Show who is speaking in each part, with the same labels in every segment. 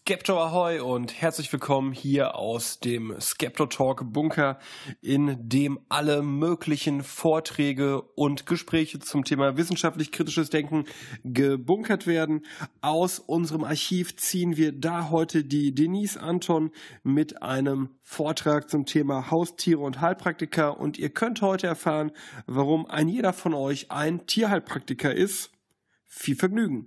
Speaker 1: Skepto Ahoy und herzlich willkommen hier aus dem Skepto Talk Bunker, in dem alle möglichen Vorträge und Gespräche zum Thema wissenschaftlich-kritisches Denken gebunkert werden. Aus unserem Archiv ziehen wir da heute die Denise Anton mit einem Vortrag zum Thema Haustiere und Heilpraktiker, und ihr könnt heute erfahren, warum ein jeder von euch ein Tierheilpraktiker ist. Viel Vergnügen!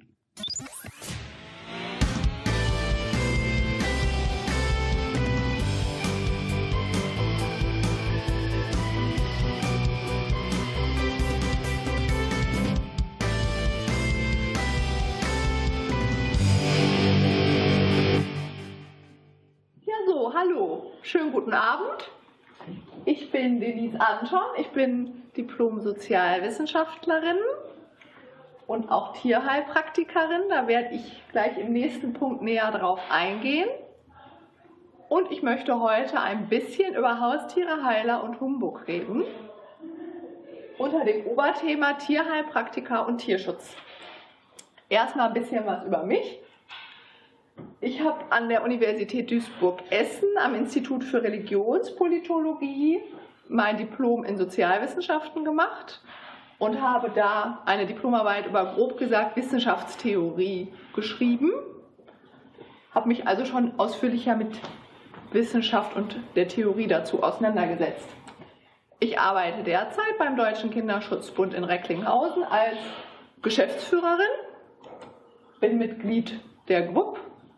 Speaker 2: Hallo, schönen guten Abend. Ich bin Denise Anton, ich bin Diplom-Sozialwissenschaftlerin und auch Tierheilpraktikerin. Da werde ich gleich im nächsten Punkt näher drauf eingehen. Und ich möchte heute ein bisschen über Haustiere, Heiler und Humbug reden, unter dem Oberthema Tierheilpraktiker und Tierschutz. Erstmal ein bisschen was über mich. Ich habe an der Universität Duisburg-Essen am Institut für Religionspolitologie mein Diplom in Sozialwissenschaften gemacht und habe da eine Diplomarbeit über, grob gesagt, Wissenschaftstheorie geschrieben. Habe mich also schon ausführlicher mit Wissenschaft und der Theorie dazu auseinandergesetzt. Ich arbeite derzeit beim Deutschen Kinderschutzbund in Recklinghausen als Geschäftsführerin, bin Mitglied der GWUP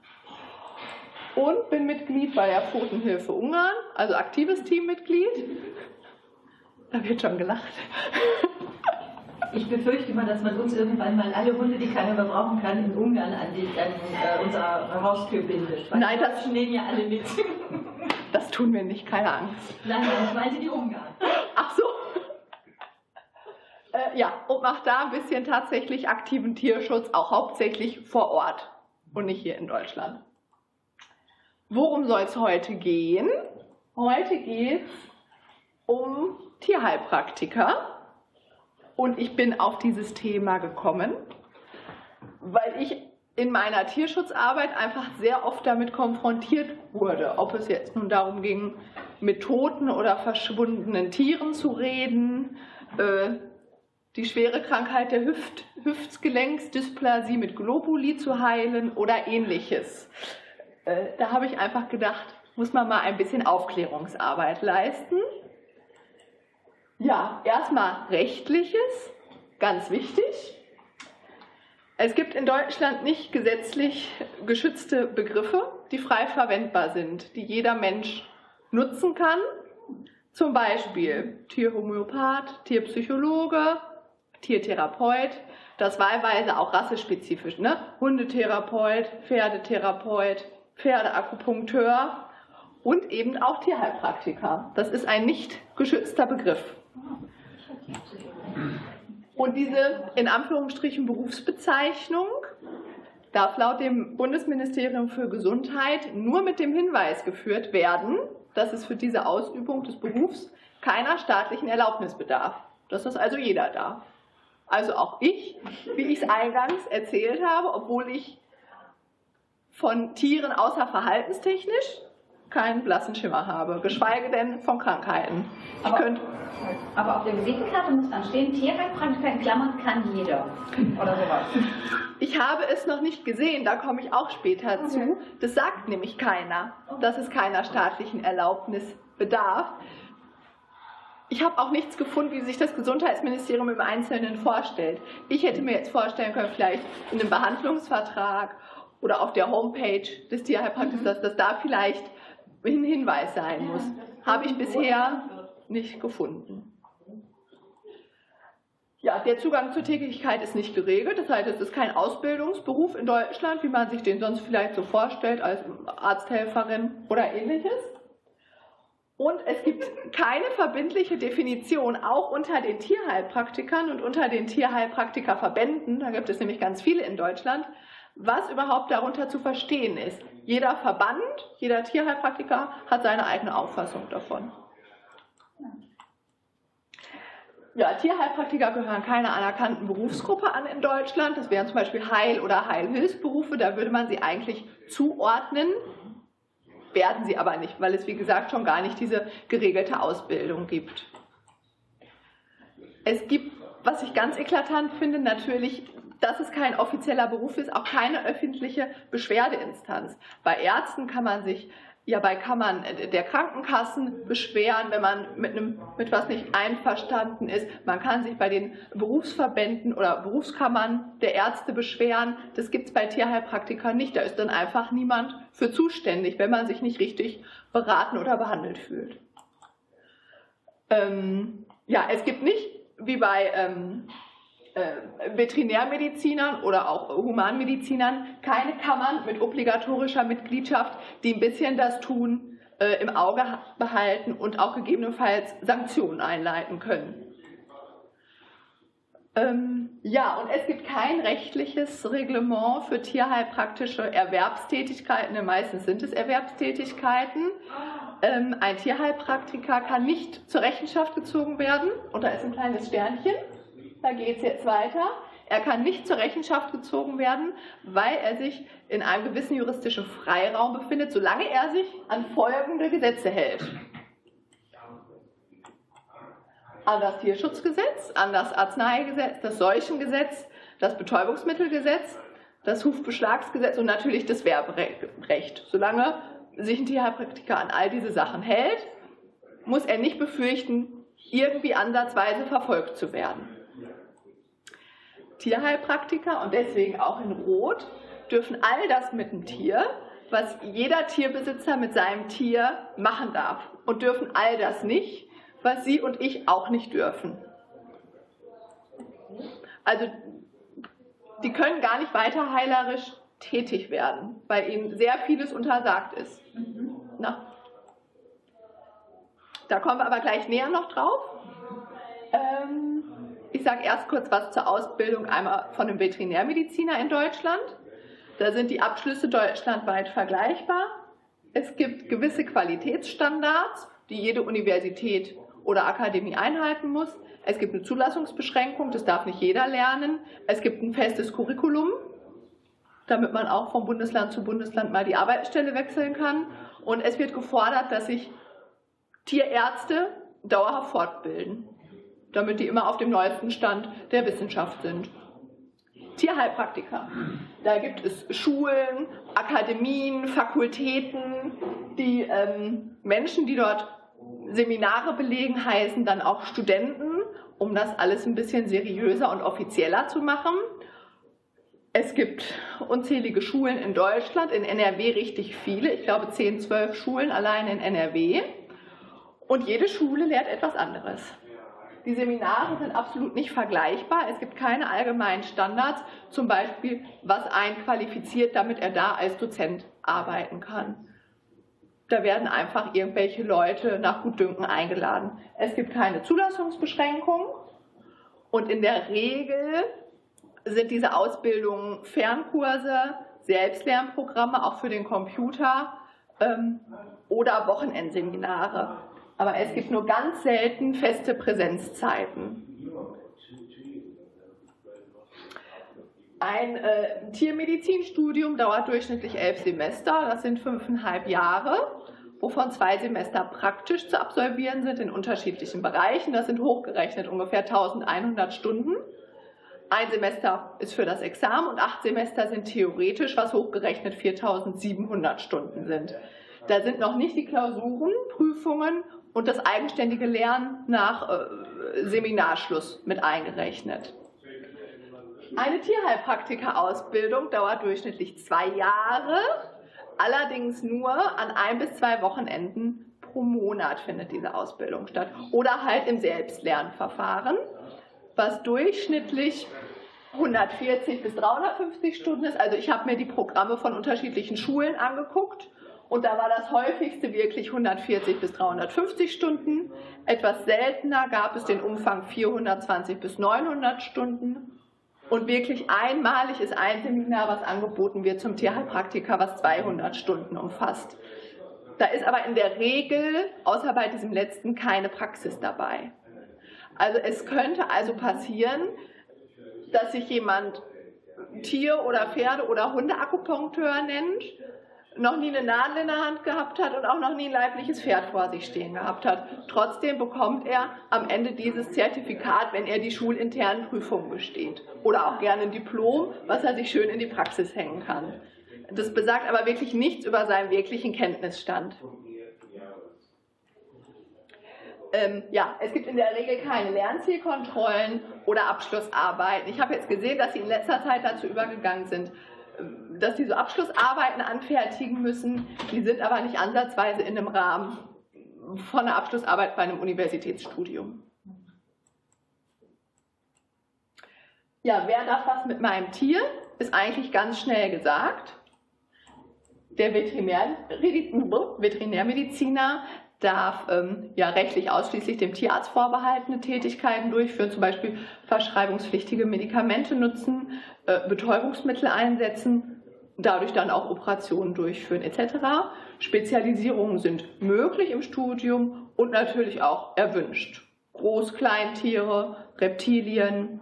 Speaker 2: und bin Mitglied bei der Pfotenhilfe Ungarn, also aktives Teammitglied. Da wird schon gelacht.
Speaker 3: Ich befürchte mal, dass man uns irgendwann mal alle Hunde, die keiner mehr brauchen kann, in Ungarn an unserer Haustür bindet. Weil
Speaker 2: nein, das
Speaker 3: nehmen ja alle mit.
Speaker 2: Das tun wir nicht, keine Angst.
Speaker 3: Nein, ich meine die Ungarn.
Speaker 2: Ach so. Ja, und macht da ein bisschen tatsächlich aktiven Tierschutz, auch hauptsächlich vor Ort und nicht hier in Deutschland. Worum soll es heute gehen? Heute geht es um Tierheilpraktiker. Und ich bin auf dieses Thema gekommen, weil ich in meiner Tierschutzarbeit einfach sehr oft damit konfrontiert wurde. Ob es jetzt nun darum ging, mit toten oder verschwundenen Tieren zu reden, die schwere Krankheit der Hüftgelenksdysplasie mit Globuli zu heilen oder ähnliches. Da habe ich einfach gedacht, muss man mal ein bisschen Aufklärungsarbeit leisten. Ja, erstmal Rechtliches, ganz wichtig. Es gibt in Deutschland nicht gesetzlich geschützte Begriffe, die frei verwendbar sind, die jeder Mensch nutzen kann. Zum Beispiel Tierhomöopath, Tierpsychologe, Tiertherapeut, das wahlweise auch rassespezifisch, ne? Hundetherapeut, Pferdetherapeut, Pferdeakupunkteur und eben auch Tierheilpraktiker. Das ist ein nicht geschützter Begriff. Und diese in Anführungsstrichen Berufsbezeichnung darf laut dem Bundesministerium für Gesundheit nur mit dem Hinweis geführt werden, dass es für diese Ausübung des Berufs keiner staatlichen Erlaubnis bedarf. Dass das also jeder darf. Also auch ich, wie ich es eingangs erzählt habe, obwohl ich von Tieren außer verhaltenstechnisch keinen blassen Schimmer habe, geschweige denn von Krankheiten.
Speaker 3: Aber auf der Visitenkarte muss dann stehen, Tierheilpraktiker in Klammern kann jeder oder sowas.
Speaker 2: Ich habe es noch nicht gesehen, da komme ich auch später zu. Das sagt nämlich keiner, dass es keiner staatlichen Erlaubnis bedarf. Ich habe auch nichts gefunden, wie sich das Gesundheitsministerium im Einzelnen vorstellt. Ich hätte mir jetzt vorstellen können, vielleicht in einem Behandlungsvertrag oder auf der Homepage des Tierheilpraktikers, dass da vielleicht ein Hinweis sein muss. Habe ich bisher nicht gefunden. Ja, der Zugang zur Tätigkeit ist nicht geregelt. Das heißt, es ist kein Ausbildungsberuf in Deutschland, wie man sich den sonst vielleicht so vorstellt, als Arzthelferin oder ähnliches. Und es gibt keine verbindliche Definition, auch unter den Tierheilpraktikern und unter den Tierheilpraktikerverbänden, da gibt es nämlich ganz viele in Deutschland, was überhaupt darunter zu verstehen ist. Jeder Verband, jeder Tierheilpraktiker hat seine eigene Auffassung davon. Ja, Tierheilpraktiker gehören keiner anerkannten Berufsgruppe an in Deutschland. Das wären zum Beispiel Heil- oder Heilhilfsberufe. Da würde man sie eigentlich zuordnen, werden sie aber nicht, weil es, wie gesagt, schon gar nicht diese geregelte Ausbildung gibt. Es gibt, was ich ganz eklatant finde, natürlich, dass es kein offizieller Beruf ist, auch keine öffentliche Beschwerdeinstanz. Bei Ärzten kann man sich bei Kammern der Krankenkassen beschweren, wenn man mit was nicht einverstanden ist. Man kann sich bei den Berufsverbänden oder Berufskammern der Ärzte beschweren. Das gibt es bei Tierheilpraktikern nicht. Da ist dann einfach niemand für zuständig, wenn man sich nicht richtig beraten oder behandelt fühlt. Es gibt nicht, wie bei Veterinärmedizinern oder auch Humanmedizinern, keine Kammern mit obligatorischer Mitgliedschaft, die ein bisschen das Tun im Auge behalten und auch gegebenenfalls Sanktionen einleiten können. Und es gibt kein rechtliches Reglement für tierheilpraktische Erwerbstätigkeiten, meistens sind es Erwerbstätigkeiten. Ein Tierheilpraktiker kann nicht zur Rechenschaft gezogen werden, und da ist ein kleines Sternchen. Da geht es jetzt weiter. Er kann nicht zur Rechenschaft gezogen werden, weil er sich in einem gewissen juristischen Freiraum befindet, solange er sich an folgende Gesetze hält. An das Tierschutzgesetz, an das Arzneigesetz, das Seuchengesetz, das Betäubungsmittelgesetz, das Hufbeschlagsgesetz und natürlich das Werberecht. Solange sich ein Tierheilpraktiker an all diese Sachen hält, muss er nicht befürchten, irgendwie ansatzweise verfolgt zu werden. Tierheilpraktiker, und deswegen auch in Rot, dürfen all das mit dem Tier, was jeder Tierbesitzer mit seinem Tier machen darf, und dürfen all das nicht, was Sie und ich auch nicht dürfen. Also die können gar nicht weiter heilerisch tätig werden, weil ihnen sehr vieles untersagt ist. Na? Da kommen wir aber gleich näher noch drauf. Ich sage erst kurz was zur Ausbildung einmal von einem Veterinärmediziner in Deutschland. Da sind die Abschlüsse deutschlandweit vergleichbar. Es gibt gewisse Qualitätsstandards, die jede Universität oder Akademie einhalten muss. Es gibt eine Zulassungsbeschränkung, das darf nicht jeder lernen. Es gibt ein festes Curriculum, damit man auch vom Bundesland zu Bundesland mal die Arbeitsstelle wechseln kann. Und es wird gefordert, dass sich Tierärzte dauerhaft fortbilden, damit die immer auf dem neuesten Stand der Wissenschaft sind. Tierheilpraktiker. Da gibt es Schulen, Akademien, Fakultäten. Die Menschen, die dort Seminare belegen, heißen dann auch Studenten, um das alles ein bisschen seriöser und offizieller zu machen. Es gibt unzählige Schulen in Deutschland, in NRW richtig viele, ich glaube 10, 12 Schulen allein in NRW. Und jede Schule lehrt etwas anderes. Die Seminare sind absolut nicht vergleichbar. Es gibt keine allgemeinen Standards, zum Beispiel, was einen qualifiziert, damit er da als Dozent arbeiten kann. Da werden einfach irgendwelche Leute nach Gutdünken eingeladen. Es gibt keine Zulassungsbeschränkungen und in der Regel sind diese Ausbildungen Fernkurse, Selbstlernprogramme, auch für den Computer oder Wochenendseminare. Aber es gibt nur ganz selten feste Präsenzzeiten. Ein Tiermedizinstudium dauert durchschnittlich 11 Semester, das sind 5,5 Jahre, wovon 2 Semester praktisch zu absolvieren sind in unterschiedlichen Bereichen. Das sind hochgerechnet ungefähr 1100 Stunden. Ein Semester ist für das Examen und 8 Semester sind theoretisch, was hochgerechnet 4700 Stunden sind. Da sind noch nicht die Klausuren, Prüfungen und das eigenständige Lernen nach Seminarschluss mit eingerechnet. Eine Tierheilpraktika-Ausbildung dauert durchschnittlich 2 Jahre, allerdings nur an 1 bis 2 Wochenenden pro Monat findet diese Ausbildung statt. Oder halt im Selbstlernverfahren, was durchschnittlich 140 bis 350 Stunden ist. Also ich habe mir die Programme von unterschiedlichen Schulen angeguckt und da war das häufigste wirklich 140 bis 350 Stunden. Etwas seltener gab es den Umfang 420 bis 900 Stunden. Und wirklich einmalig ist ein Seminar, was angeboten wird zum Tierheilpraktiker, was 200 Stunden umfasst. Da ist aber in der Regel, außer bei diesem letzten, keine Praxis dabei. Also es könnte also passieren, dass sich jemand Tier- oder Pferde- oder Hundeakupunkteur nennt, noch nie eine Nadel in der Hand gehabt hat und auch noch nie ein leibliches Pferd vor sich stehen gehabt hat. Trotzdem bekommt er am Ende dieses Zertifikat, wenn er die schulinternen Prüfungen besteht. Oder auch gerne ein Diplom, was er sich schön in die Praxis hängen kann. Das besagt aber wirklich nichts über seinen wirklichen Kenntnisstand. Ja, es gibt in der Regel keine Lernzielkontrollen oder Abschlussarbeiten. Ich habe jetzt gesehen, dass Sie in letzter Zeit dazu übergegangen sind, dass Sie so Abschlussarbeiten anfertigen müssen. Die sind aber nicht ansatzweise in einem Rahmen von einer Abschlussarbeit bei einem Universitätsstudium. Ja, wer darf was mit meinem Tier? Ist eigentlich ganz schnell gesagt. Der Veterinärmediziner darf rechtlich ausschließlich dem Tierarzt vorbehaltene Tätigkeiten durchführen, zum Beispiel verschreibungspflichtige Medikamente nutzen, Betäubungsmittel einsetzen, dadurch dann auch Operationen durchführen etc. Spezialisierungen sind möglich im Studium und natürlich auch erwünscht. Groß-Kleintiere, Reptilien.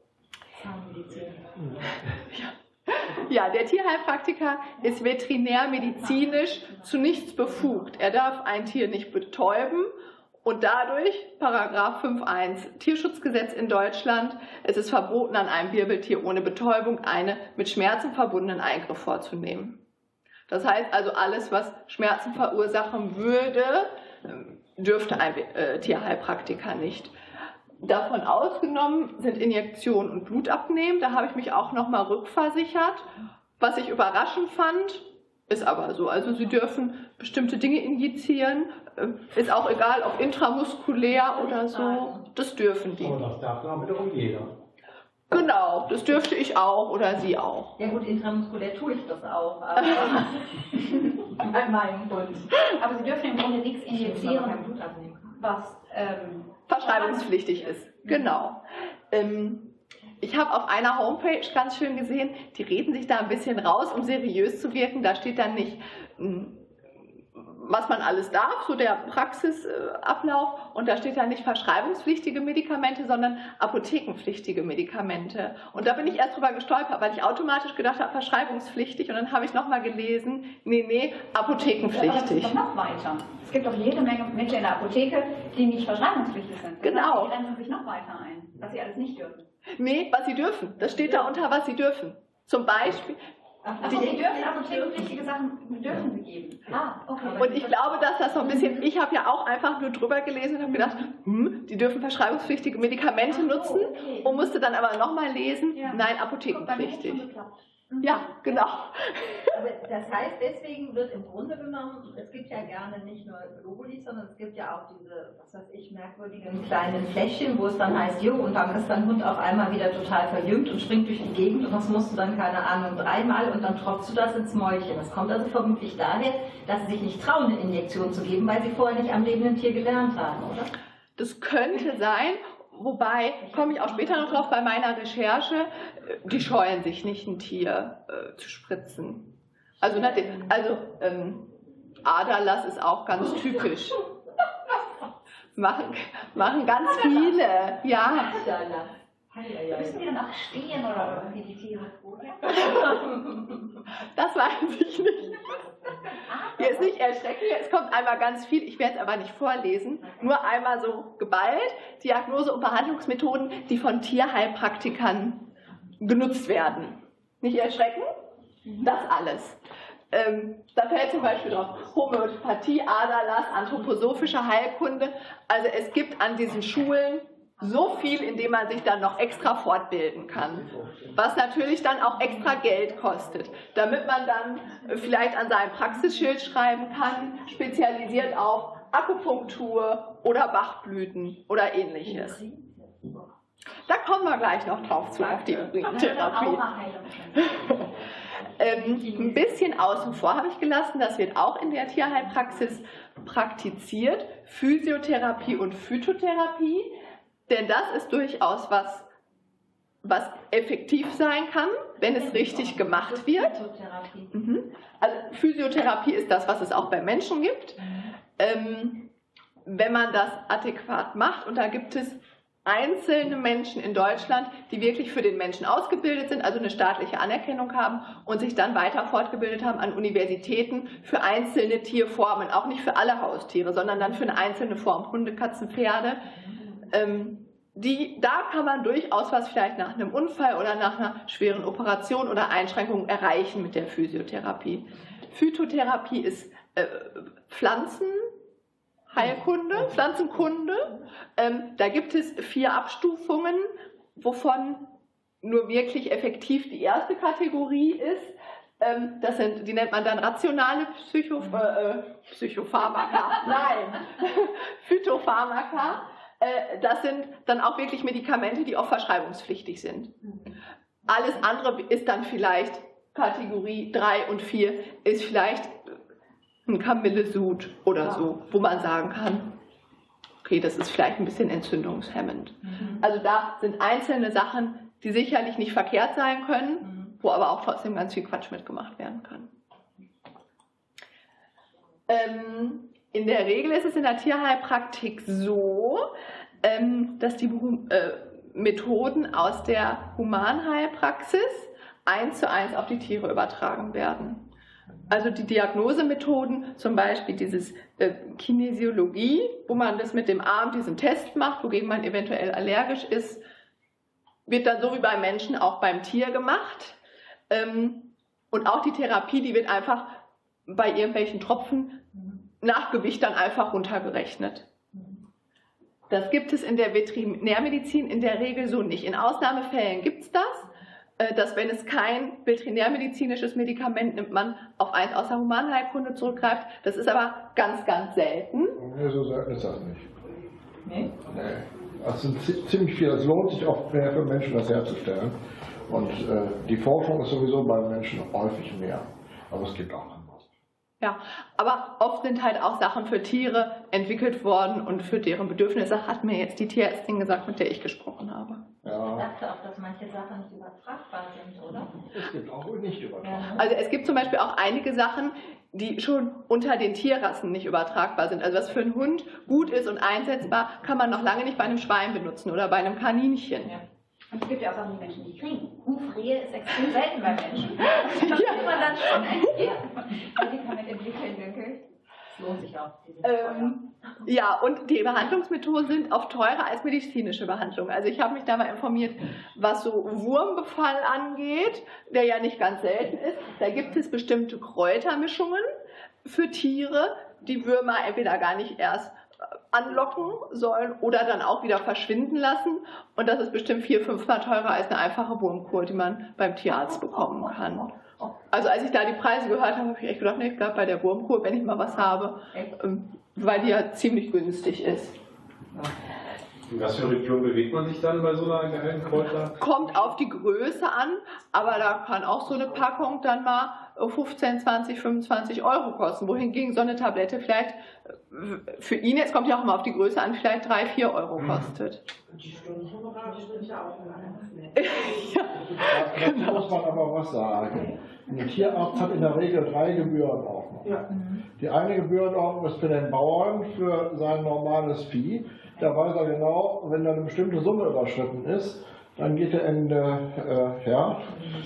Speaker 2: Ja, der Tierheilpraktiker ist veterinärmedizinisch zu nichts befugt. Er darf ein Tier nicht betäuben und dadurch, Paragraph 5.1 Tierschutzgesetz in Deutschland, es ist verboten, an einem Wirbeltier ohne Betäubung einen mit Schmerzen verbundenen Eingriff vorzunehmen. Das heißt also, alles, was Schmerzen verursachen würde, dürfte ein Tierheilpraktiker nicht. Davon ausgenommen sind Injektionen und Blutabnehmen. Da habe ich mich auch nochmal rückversichert. Was ich überraschend fand, ist aber so. Also Sie dürfen bestimmte Dinge injizieren. Ist auch egal, ob intramuskulär oder so. Das dürfen die.
Speaker 4: Aber das darf dann wiederum jeder.
Speaker 2: Genau, das dürfte ich auch oder Sie auch.
Speaker 3: Ja gut, intramuskulär tue ich das auch. Aber bei meinem Hund.
Speaker 5: Aber Sie dürfen im Grunde nichts injizieren, was
Speaker 2: verschreibungspflichtig ist. Genau. Ich habe auf einer Homepage ganz schön gesehen, die reden sich da ein bisschen raus, um seriös zu wirken. Da steht dann nicht, was man alles darf, so der Praxisablauf. Und da steht dann nicht verschreibungspflichtige Medikamente, sondern apothekenpflichtige Medikamente. Und da bin ich erst drüber gestolpert, weil ich automatisch gedacht habe, verschreibungspflichtig. Und dann habe ich nochmal gelesen, nee, apothekenpflichtig.
Speaker 5: Aber das ist doch noch weiter. Es gibt doch jede Menge Mittel in der Apotheke, die nicht verschreibungspflichtig sind.
Speaker 2: Genau.
Speaker 5: Die grenzen sich noch weiter ein, was sie alles nicht dürfen.
Speaker 2: Nee, was sie dürfen. Das steht da unter, was sie dürfen. Zum Beispiel...
Speaker 5: Also Sie dürfen apothekenpflichtige Sachen dürfen Sie geben. Okay.
Speaker 2: Und ich glaube, dass das so ein bisschen, ich habe ja auch einfach nur drüber gelesen und habe gedacht, die dürfen verschreibungspflichtige Medikamente nutzen und musste dann aber nochmal lesen, nein, apothekenpflichtig. Ja, genau.
Speaker 3: Aber das heißt, deswegen wird im Grunde genommen, es gibt ja gerne nicht nur Globulis, sondern es gibt ja auch diese, was weiß ich, merkwürdigen kleinen Fläschchen, wo es dann heißt, und dann ist dein Hund auf einmal wieder total verjüngt und springt durch die Gegend und das musst du dann, keine Ahnung, 3-mal und dann tropfst du das ins Mäulchen. Das kommt also vermutlich daher, dass sie sich nicht trauen, eine Injektion zu geben, weil sie vorher nicht am lebenden Tier gelernt haben, oder?
Speaker 2: Das könnte sein. Wobei, komme ich auch später noch drauf, bei meiner Recherche, die scheuen sich nicht, ein Tier zu spritzen. Also Aderlass ist auch ganz typisch. Machen ganz viele, ja.
Speaker 5: Müssen die dann auch stehen oder irgendwie die Tiere vorher?
Speaker 2: Das weiß ich nicht. Jetzt nicht erschrecken, es kommt einmal ganz viel, ich werde es aber nicht vorlesen, nur einmal so geballt, Diagnose- und Behandlungsmethoden, die von Tierheilpraktikern genutzt werden. Nicht erschrecken? Das alles. Da fällt zum Beispiel drauf Homöopathie, Aderlass, anthroposophische Heilkunde. Also es gibt an diesen Schulen so viel, in dem man sich dann noch extra fortbilden kann, was natürlich dann auch extra Geld kostet, damit man dann vielleicht an seinem Praxisschild schreiben kann, spezialisiert auf Akupunktur oder Bachblüten oder ähnliches. Da kommen wir gleich noch drauf zu, auf die Urin-Therapie. Ein bisschen außen vor habe ich gelassen, das wird auch in der Tierheilpraxis praktiziert, Physiotherapie und Phytotherapie. Denn das ist durchaus was effektiv sein kann, wenn es richtig gemacht wird. Also Physiotherapie ist das, was es auch bei Menschen gibt. Wenn man das adäquat macht, und da gibt es einzelne Menschen in Deutschland, die wirklich für den Menschen ausgebildet sind, also eine staatliche Anerkennung haben und sich dann weiter fortgebildet haben an Universitäten für einzelne Tierformen, auch nicht für alle Haustiere, sondern dann für eine einzelne Form, Hunde, Katzen, Pferde. Da kann man durchaus was vielleicht nach einem Unfall oder nach einer schweren Operation oder Einschränkung erreichen mit der Physiotherapie. Phytotherapie ist Pflanzenheilkunde, Pflanzenkunde. Da gibt es 4 Abstufungen, wovon nur wirklich effektiv die erste Kategorie ist. Die nennt man dann rationale Psychopharmaka. Nein, Phytopharmaka. Das sind dann auch wirklich Medikamente, die auch verschreibungspflichtig sind. Alles andere ist dann vielleicht Kategorie 3 und 4, ist vielleicht ein Kamillesud oder so, wo man sagen kann, okay, das ist vielleicht ein bisschen entzündungshemmend. Also da sind einzelne Sachen, die sicherlich nicht verkehrt sein können, wo aber auch trotzdem ganz viel Quatsch mitgemacht werden kann. In der Regel ist es in der Tierheilpraktik so, dass die Methoden aus der Humanheilpraxis 1:1 auf die Tiere übertragen werden. Also die Diagnosemethoden, zum Beispiel dieses Kinesiologie, wo man das mit dem Arm diesen Test macht, wogegen man eventuell allergisch ist, wird dann so wie beim Menschen auch beim Tier gemacht. Und auch die Therapie, die wird einfach bei irgendwelchen Tropfen nach Gewicht dann einfach runtergerechnet. Das gibt es in der Veterinärmedizin in der Regel so nicht. In Ausnahmefällen gibt es das, dass wenn es kein veterinärmedizinisches Medikament nimmt, man auf eins aus der Humanheilkunde zurückgreift. Das ist aber ganz, ganz selten.
Speaker 4: Nee, so selten ist das nicht.
Speaker 5: Nee?
Speaker 4: Nee. Das sind ziemlich viel. Es lohnt sich auch mehr für Menschen, das herzustellen. Und die Forschung ist sowieso bei Menschen häufig mehr. Aber es gibt auch andere.
Speaker 2: Ja, aber oft sind halt auch Sachen für Tiere entwickelt worden und für deren Bedürfnisse hat mir jetzt die Tierärztin gesagt, mit der ich gesprochen habe.
Speaker 3: Ja. Ich dachte auch, dass manche Sachen nicht übertragbar sind, oder?
Speaker 4: Es gibt auch nicht übertragbar.
Speaker 2: Also es gibt zum Beispiel auch einige Sachen, die schon unter den Tierrassen nicht übertragbar sind. Also was für einen Hund gut ist und einsetzbar, kann man noch lange nicht bei einem Schwein benutzen oder bei einem Kaninchen.
Speaker 5: Ja. Und es gibt ja auch Sachen, die Menschen nicht kriegen. Hufrehe ist extrem selten bei Menschen. Das will man dann schon ein Medikament entwickeln, wirklich. Es lohnt sich auch.
Speaker 2: Ja, und die Behandlungsmethoden sind oft teurer als medizinische Behandlung. Also ich habe mich da mal informiert, was so Wurmbefall angeht, der ja nicht ganz selten ist. Da gibt es bestimmte Kräutermischungen für Tiere, die Würmer entweder gar nicht erst anlocken sollen oder dann auch wieder verschwinden lassen. Und das ist bestimmt 4-5 Mal teurer als eine einfache Wurmkur, die man beim Tierarzt bekommen kann. Also als ich da die Preise gehört habe, habe ich echt gedacht, nee, ich glaube bei der Wurmkur, wenn ich mal was habe, weil die ja ziemlich günstig ist.
Speaker 6: In was für Region bewegt man sich dann bei so einer geheimen Kräuter?
Speaker 2: Kommt auf die Größe an, aber da kann auch so eine Packung dann mal 15, 20, 25 Euro kosten. Wohingegen so eine Tablette vielleicht für ihn, jetzt kommt ja auch mal auf die Größe an, vielleicht 3, 4 Euro kostet.
Speaker 7: Die Stundenhonorar sind ja auch immer
Speaker 4: Ja, dazu muss man aber was sagen. Ein Tierarzt hat in der Regel 3 Gebührenordnungen.
Speaker 7: Ja.
Speaker 4: Die eine Gebührenordnung ist für den Bauern, für sein normales Vieh. Da weiß er genau, wenn da eine bestimmte Summe überschritten ist, dann geht er in Herd.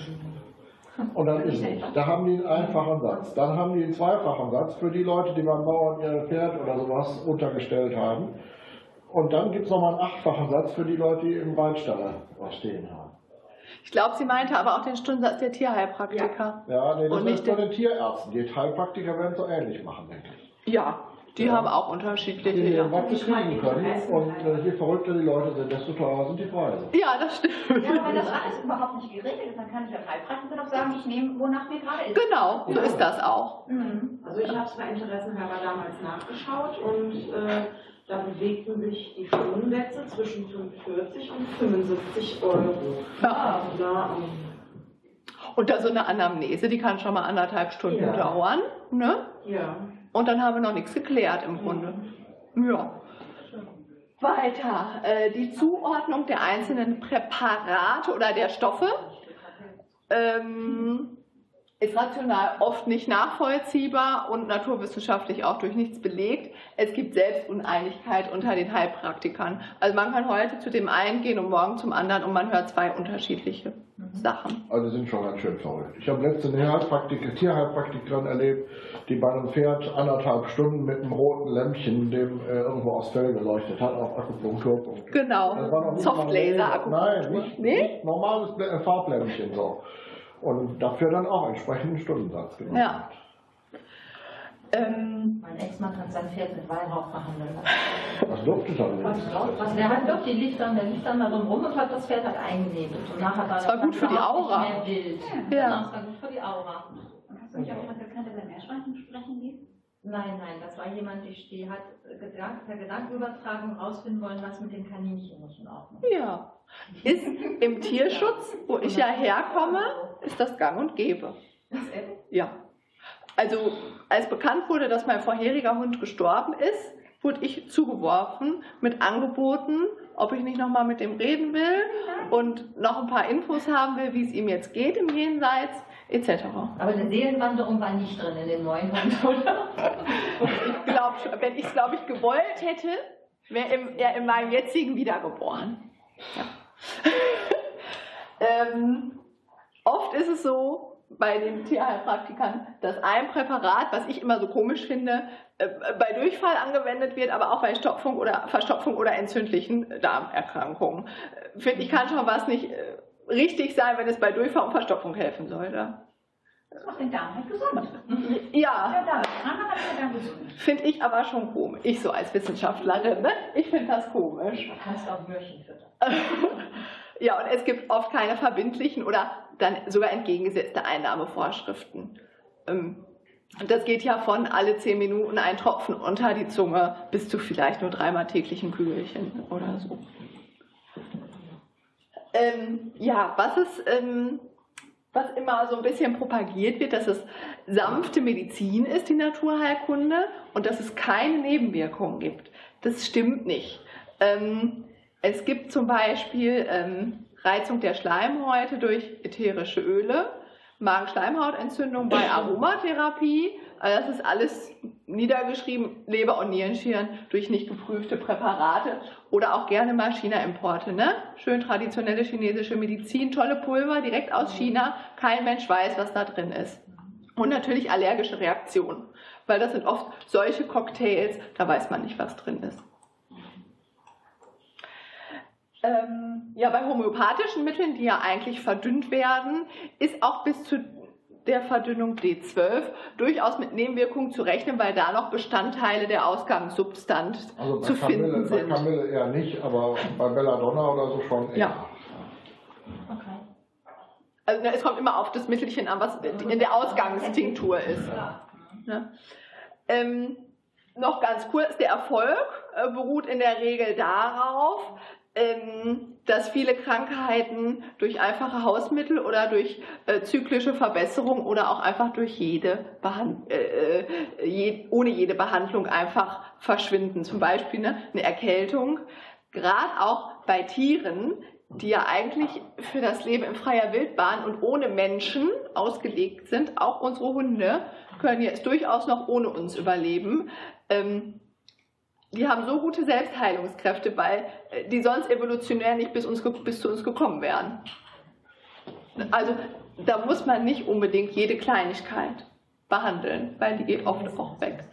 Speaker 4: Und dann ist nicht. Da haben die einen einfachen Satz. Dann haben die einen zweifachen Satz für die Leute, die beim Bauern ihr Pferd oder sowas untergestellt haben. Und dann gibt es nochmal einen 8-fachen Satz für die Leute, die im Waldstall was stehen haben.
Speaker 2: Ich glaube, sie meinte aber auch den Stundensatz der Tierheilpraktiker.
Speaker 4: Ja, nee, das
Speaker 2: und
Speaker 4: ist bei den Tierärzten. Die Heilpraktiker werden es so ähnlich machen, denke ich.
Speaker 2: Ja, die haben auch unterschiedliche.
Speaker 4: Die
Speaker 2: Ja.
Speaker 4: was sie kriegen können. Und je verrückter die Leute sind, desto teurer sind die Preise.
Speaker 2: Ja, das stimmt.
Speaker 5: Ja, aber wenn das alles überhaupt nicht geregelt ist, dann kann ich als Heilpraktiker doch sagen, ich nehme, wonach mir gerade ist.
Speaker 2: Genau, so ist das auch.
Speaker 7: Also ich habe es bei Interessenhalber damals nachgeschaut und da bewegten sich die Stundensätze zwischen 45 und 75 Euro.
Speaker 2: Ja.
Speaker 7: Ja.
Speaker 2: Und da so eine Anamnese, die kann schon mal 1,5 Stunden
Speaker 7: Ja.
Speaker 2: dauern. Ne?
Speaker 7: Ja.
Speaker 2: Und dann haben wir noch nichts geklärt im Grunde. Ja. Weiter. Die Zuordnung der einzelnen Präparate oder der Stoffe ist rational oft nicht nachvollziehbar und naturwissenschaftlich auch durch nichts belegt. Es gibt Selbstuneinigkeit unter den Heilpraktikern. Also man kann heute zu dem einen gehen und morgen zum anderen und man hört zwei unterschiedliche Sachen.
Speaker 4: Also sind schon ganz schön verrückt. Ich habe letztens eine Tierheilpraktikerin erlebt, die bei einem Pferd 1,5 Stunden mit einem roten Lämpchen, dem irgendwo aus Fell geleuchtet hat, auf Akupunkturpunkt.
Speaker 2: Genau,
Speaker 4: Softlaser-Akupunktur. Nein, nicht normales Farblämpchen so. Und dafür dann auch entsprechenden Stundensatz genommen.
Speaker 2: Ja.
Speaker 3: Mein Ex-Mann hat sein Pferd mit Weihrauch behandeln lassen.
Speaker 4: Was durfte dann?
Speaker 3: Was der hat doch, der liegt dann da rum und hat das Pferd halt eingenebelt. Und nachher war
Speaker 2: das war gut für die Aura.
Speaker 3: Nicht mehr wild.
Speaker 2: Ja.
Speaker 3: Genau, das war gut für die Aura.
Speaker 5: Hast du nicht auch jemanden gekannt, der bei Meerschweinchen sprechen ließ?
Speaker 3: Nein, das war jemand, die hat per Gedankenübertragung rausfinden wollen, was mit den Kaninchen nicht in Ordnung ist.
Speaker 2: Ja. Ist im Tierschutz, wo ich ja herkomme, ist das gang und gäbe. Ja. Also, als bekannt wurde, dass mein vorheriger Hund gestorben ist, wurde ich zugeworfen mit Angeboten, ob ich nicht nochmal mit dem reden will und noch ein paar Infos haben will, wie es ihm jetzt geht im Jenseits, etc.
Speaker 3: Aber eine Seelenwanderung war nicht drin in dem neuen Hund, oder?
Speaker 2: Ich glaube, wenn ich es, glaube ich, gewollt hätte, wäre er in meinem jetzigen wiedergeboren. Ja. Oft ist es so, bei den Tierheilpraktikern, dass ein Präparat, was ich immer so komisch finde, bei Durchfall angewendet wird, aber auch bei Verstopfung oder entzündlichen Darmerkrankungen. Finde ich, kann schon was nicht richtig sein, wenn es bei Durchfall und Verstopfung helfen sollte.
Speaker 5: Das macht den Darm halt gesund.
Speaker 2: Ja.
Speaker 5: Der Darm gesund.
Speaker 2: Finde ich aber schon komisch. Ich so als Wissenschaftlerin, ne? Ich finde das komisch.
Speaker 3: Du kannst auch Möhrchen füttern.
Speaker 2: Ja, und es gibt oft keine verbindlichen oder dann sogar entgegengesetzte Einnahmevorschriften. Und das geht ja von alle 10 Minuten ein Tropfen unter die Zunge bis zu vielleicht nur 3-mal täglich ein Kügelchen oder so. Ja, was immer so ein bisschen propagiert wird, dass es sanfte Medizin ist, die Naturheilkunde, und dass es keine Nebenwirkungen gibt. Das stimmt nicht. Es gibt zum Beispiel Reizung der Schleimhäute durch ätherische Öle, Magen-Schleimhautentzündung bei Aromatherapie, also das ist alles niedergeschrieben, Leber- und Nierenscheren durch nicht geprüfte Präparate oder auch gerne mal China-Importe, ne? Schön traditionelle chinesische Medizin, tolle Pulver direkt aus China, kein Mensch weiß, was da drin ist. Und natürlich allergische Reaktionen, weil das sind oft solche Cocktails, da weiß man nicht, was drin ist. Ja, bei homöopathischen Mitteln, die ja eigentlich verdünnt werden, ist auch bis zu der Verdünnung D12 durchaus mit Nebenwirkungen zu rechnen, weil da noch Bestandteile der Ausgangssubstanz zu finden sind.
Speaker 4: Bei Kamille eher nicht, aber bei Belladonna oder so schon eher.
Speaker 2: Ja. Okay. Also es kommt immer auf das Mittelchen an, was in der Ausgangstinktur ist. Ja. Noch ganz kurz, der Erfolg beruht in der Regel darauf, dass viele Krankheiten durch einfache Hausmittel oder durch zyklische Verbesserung oder auch einfach durch ohne jede Behandlung einfach verschwinden. Zum Beispiel eine Erkältung, gerade auch bei Tieren, die ja eigentlich für das Leben in freier Wildbahn und ohne Menschen ausgelegt sind. Auch unsere Hunde können jetzt durchaus noch ohne uns überleben. Die haben so gute Selbstheilungskräfte, weil die sonst evolutionär nicht bis zu uns gekommen wären. Also da muss man nicht unbedingt jede Kleinigkeit behandeln, weil die geht oft auch weg.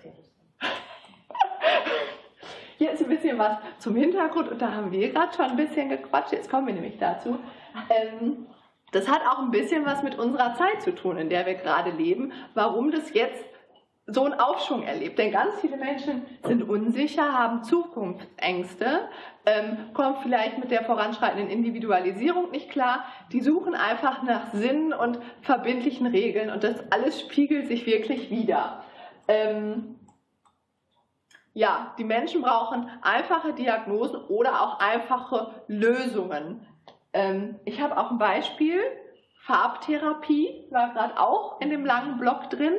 Speaker 2: Hier ist ein bisschen was zum Hintergrund und da haben wir gerade schon ein bisschen gequatscht. Jetzt kommen wir nämlich dazu. Das hat auch ein bisschen was mit unserer Zeit zu tun, in der wir gerade leben. Warum das jetzt so einen Aufschwung erlebt. Denn ganz viele Menschen sind unsicher, haben Zukunftsängste, kommen vielleicht mit der voranschreitenden Individualisierung nicht klar. Die suchen einfach nach Sinn und verbindlichen Regeln und das alles spiegelt sich wirklich wider. Ja, die Menschen brauchen einfache Diagnosen oder auch einfache Lösungen. Ich habe auch ein Beispiel. Farbtherapie war gerade auch in dem langen Block drin.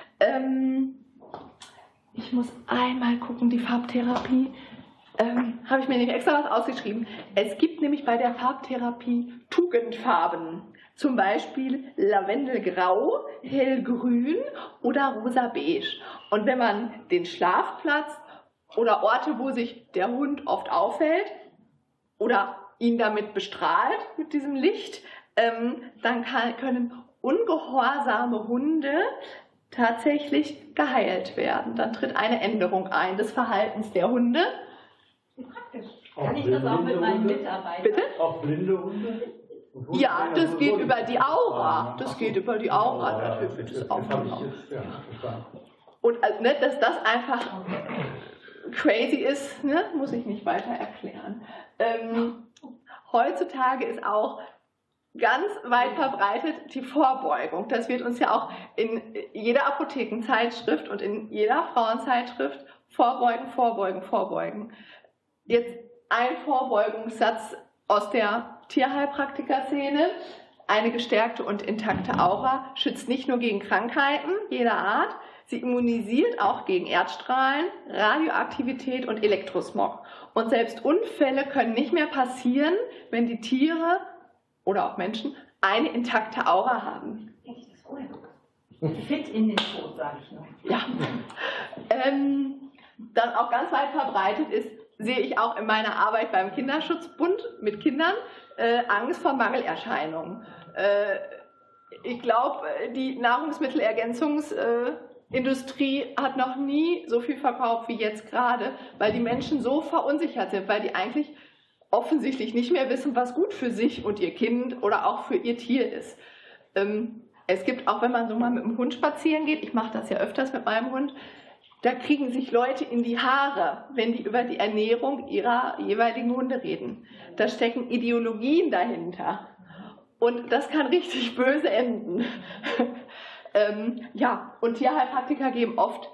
Speaker 2: Ich muss einmal gucken, die Farbtherapie. Habe ich mir nämlich extra was ausgeschrieben. Es gibt nämlich bei der Farbtherapie Tugendfarben. Zum Beispiel Lavendelgrau, hellgrün oder rosa-beige. Und wenn man den Schlafplatz oder Orte, wo sich der Hund oft aufhält oder ihn damit bestrahlt mit diesem Licht, dann können ungehorsame Hunde tatsächlich geheilt werden. Dann tritt eine Änderung ein des Verhaltens der Hunde.
Speaker 5: Praktisch. Kann ich das auch mit meinen Mitarbeitern?
Speaker 2: Bitte?
Speaker 8: Auch blinde Hunde?
Speaker 2: Ja, das geht über die Aura. Das geht über die Aura. Natürlich wird es auch. Und ne, dass das einfach crazy ist, ne, muss ich nicht weiter erklären. Heutzutage ist auch ganz weit verbreitet die Vorbeugung. Das wird uns ja auch in jeder Apothekenzeitschrift und in jeder Frauenzeitschrift vorbeugen, vorbeugen, vorbeugen. Jetzt ein Vorbeugungssatz aus der Tierheilpraktiker-Szene. Eine gestärkte und intakte Aura schützt nicht nur gegen Krankheiten jeder Art, sie immunisiert auch gegen Erdstrahlen, Radioaktivität und Elektrosmog. Und selbst Unfälle können nicht mehr passieren, wenn die Tiere oder auch Menschen eine intakte Aura haben.
Speaker 3: Fit in den Tod, sage ich noch.
Speaker 2: Ja. Dann auch ganz weit verbreitet ist, sehe ich auch in meiner Arbeit beim Kinderschutzbund mit Kindern, Angst vor Mangelerscheinungen. Ich glaube, die Nahrungsmittelergänzungsindustrie hat noch nie so viel verkauft wie jetzt gerade, weil die Menschen so verunsichert sind, weil die eigentlich offensichtlich nicht mehr wissen, was gut für sich und ihr Kind oder auch für ihr Tier ist. Es gibt auch, wenn man so mal mit dem Hund spazieren geht, ich mache das ja öfters mit meinem Hund, da kriegen sich Leute in die Haare, wenn die über die Ernährung ihrer jeweiligen Hunde reden. Da stecken Ideologien dahinter. Und das kann richtig böse enden. Ja, und Tierheilpraktiker geben oft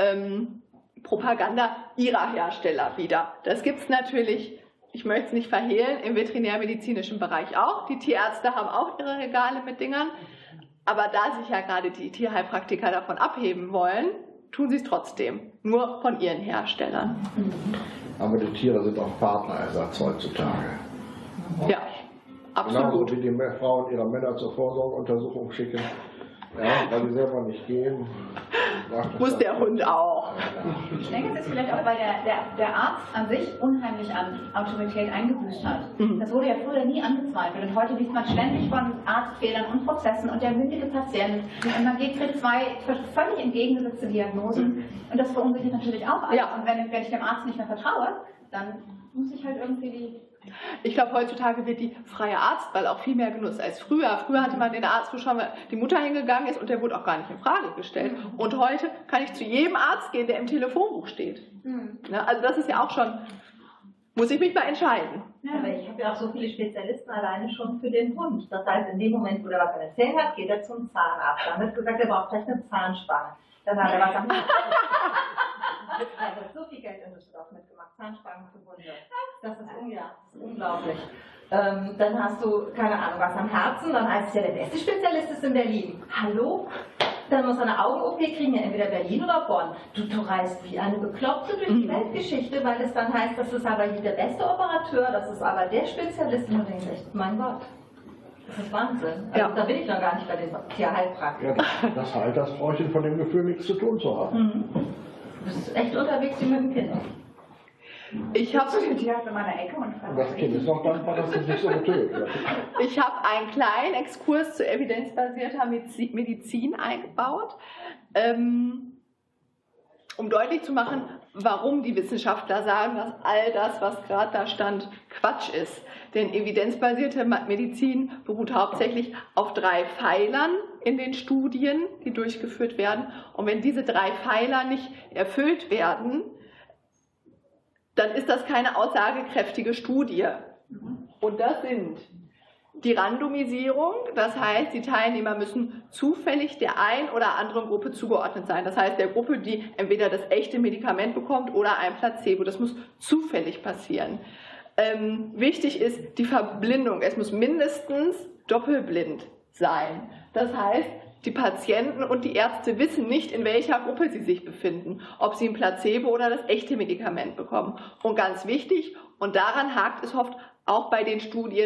Speaker 2: Propaganda ihrer Hersteller wieder. Das gibt es natürlich, ich möchte es nicht verhehlen, im veterinärmedizinischen Bereich auch. Die Tierärzte haben auch ihre Regale mit Dingern. Aber da sich ja gerade die Tierheilpraktiker davon abheben wollen, tun sie es trotzdem, nur von ihren Herstellern.
Speaker 4: Aber die Tiere sind auch Partnerersatz heutzutage.
Speaker 2: Ja, absolut.
Speaker 4: Genauso wie die Frauen ihre Männer zur Vorsorgeuntersuchung schicken, ja, weil die selber nicht gehen.
Speaker 2: Muss der Hund auch.
Speaker 5: Ich denke, es ist vielleicht auch, weil der Arzt an sich unheimlich an Autorität eingebüßt hat. Das wurde ja früher nie angezweifelt und heute liest man ständig von Arztfehlern und Prozessen und der mündige Patient und man kriegt zwei völlig entgegengesetzte Diagnosen und das verunsichert natürlich auch alles. Ja. Und wenn ich dem Arzt nicht mehr vertraue, dann muss ich halt irgendwie
Speaker 2: Ich glaube, heutzutage wird die freie Arztwahl auch viel mehr genutzt als früher. Früher hatte man den Arzt, wo schon mal die Mutter hingegangen ist und der wurde auch gar nicht in Frage gestellt. Und heute kann ich zu jedem Arzt gehen, der im Telefonbuch steht. Ja, also das ist ja auch schon, muss ich mich mal entscheiden.
Speaker 3: Ja, aber ich habe ja auch so viele Spezialisten alleine schon für den Hund. Das heißt, in dem Moment, wo er was an den Zähnen hat, geht er zum Zahnarzt. Dann wird gesagt, er braucht vielleicht eine Zahnspange. Dann hat er was am Herzen. Er hat so viel Geld in Düsseldorf mitgemacht. Zahnspangen für Hunde. Das ist unglaublich. Dann hast du, keine Ahnung, was am Herzen. Dann heißt es ja, der beste Spezialist ist in Berlin. Hallo? Dann muss er eine Augen-OP kriegen, ja entweder Berlin oder Bonn. Du reist wie eine Bekloppte durch die Weltgeschichte, weil es dann heißt, das ist aber hier der beste Operateur, das ist aber der Spezialist. Und du denkst echt, mein Gott. Das ist Wahnsinn. Also, da bin ich noch gar nicht bei den Tierheilpraktikern.
Speaker 4: Ja, das halt das Bräuchchen von dem Gefühl, nichts zu tun zu haben.
Speaker 3: Du bist echt unterwegs wie mit dem Kind.
Speaker 2: Ich habe
Speaker 5: die Tierarzt in meiner Ecke und
Speaker 4: das Kind ist noch dankbar, dass es nicht so betötet.
Speaker 2: Ich habe einen kleinen Exkurs zu evidenzbasierter Medizin eingebaut, um deutlich zu machen, warum die Wissenschaftler sagen, dass all das, was gerade da stand, Quatsch ist. Denn evidenzbasierte Medizin beruht hauptsächlich auf 3 Pfeilern in den Studien, die durchgeführt werden. Und wenn diese 3 Pfeiler nicht erfüllt werden, dann ist das keine aussagekräftige Studie. Und das sind die Randomisierung, das heißt, die Teilnehmer müssen zufällig der einen oder anderen Gruppe zugeordnet sein. Das heißt, der Gruppe, die entweder das echte Medikament bekommt oder ein Placebo. Das muss zufällig passieren. Wichtig ist die Verblindung. Es muss mindestens doppelblind sein. Das heißt, die Patienten und die Ärzte wissen nicht, in welcher Gruppe sie sich befinden, ob sie ein Placebo oder das echte Medikament bekommen. Und ganz wichtig, und daran hakt es oft auch bei den Studien,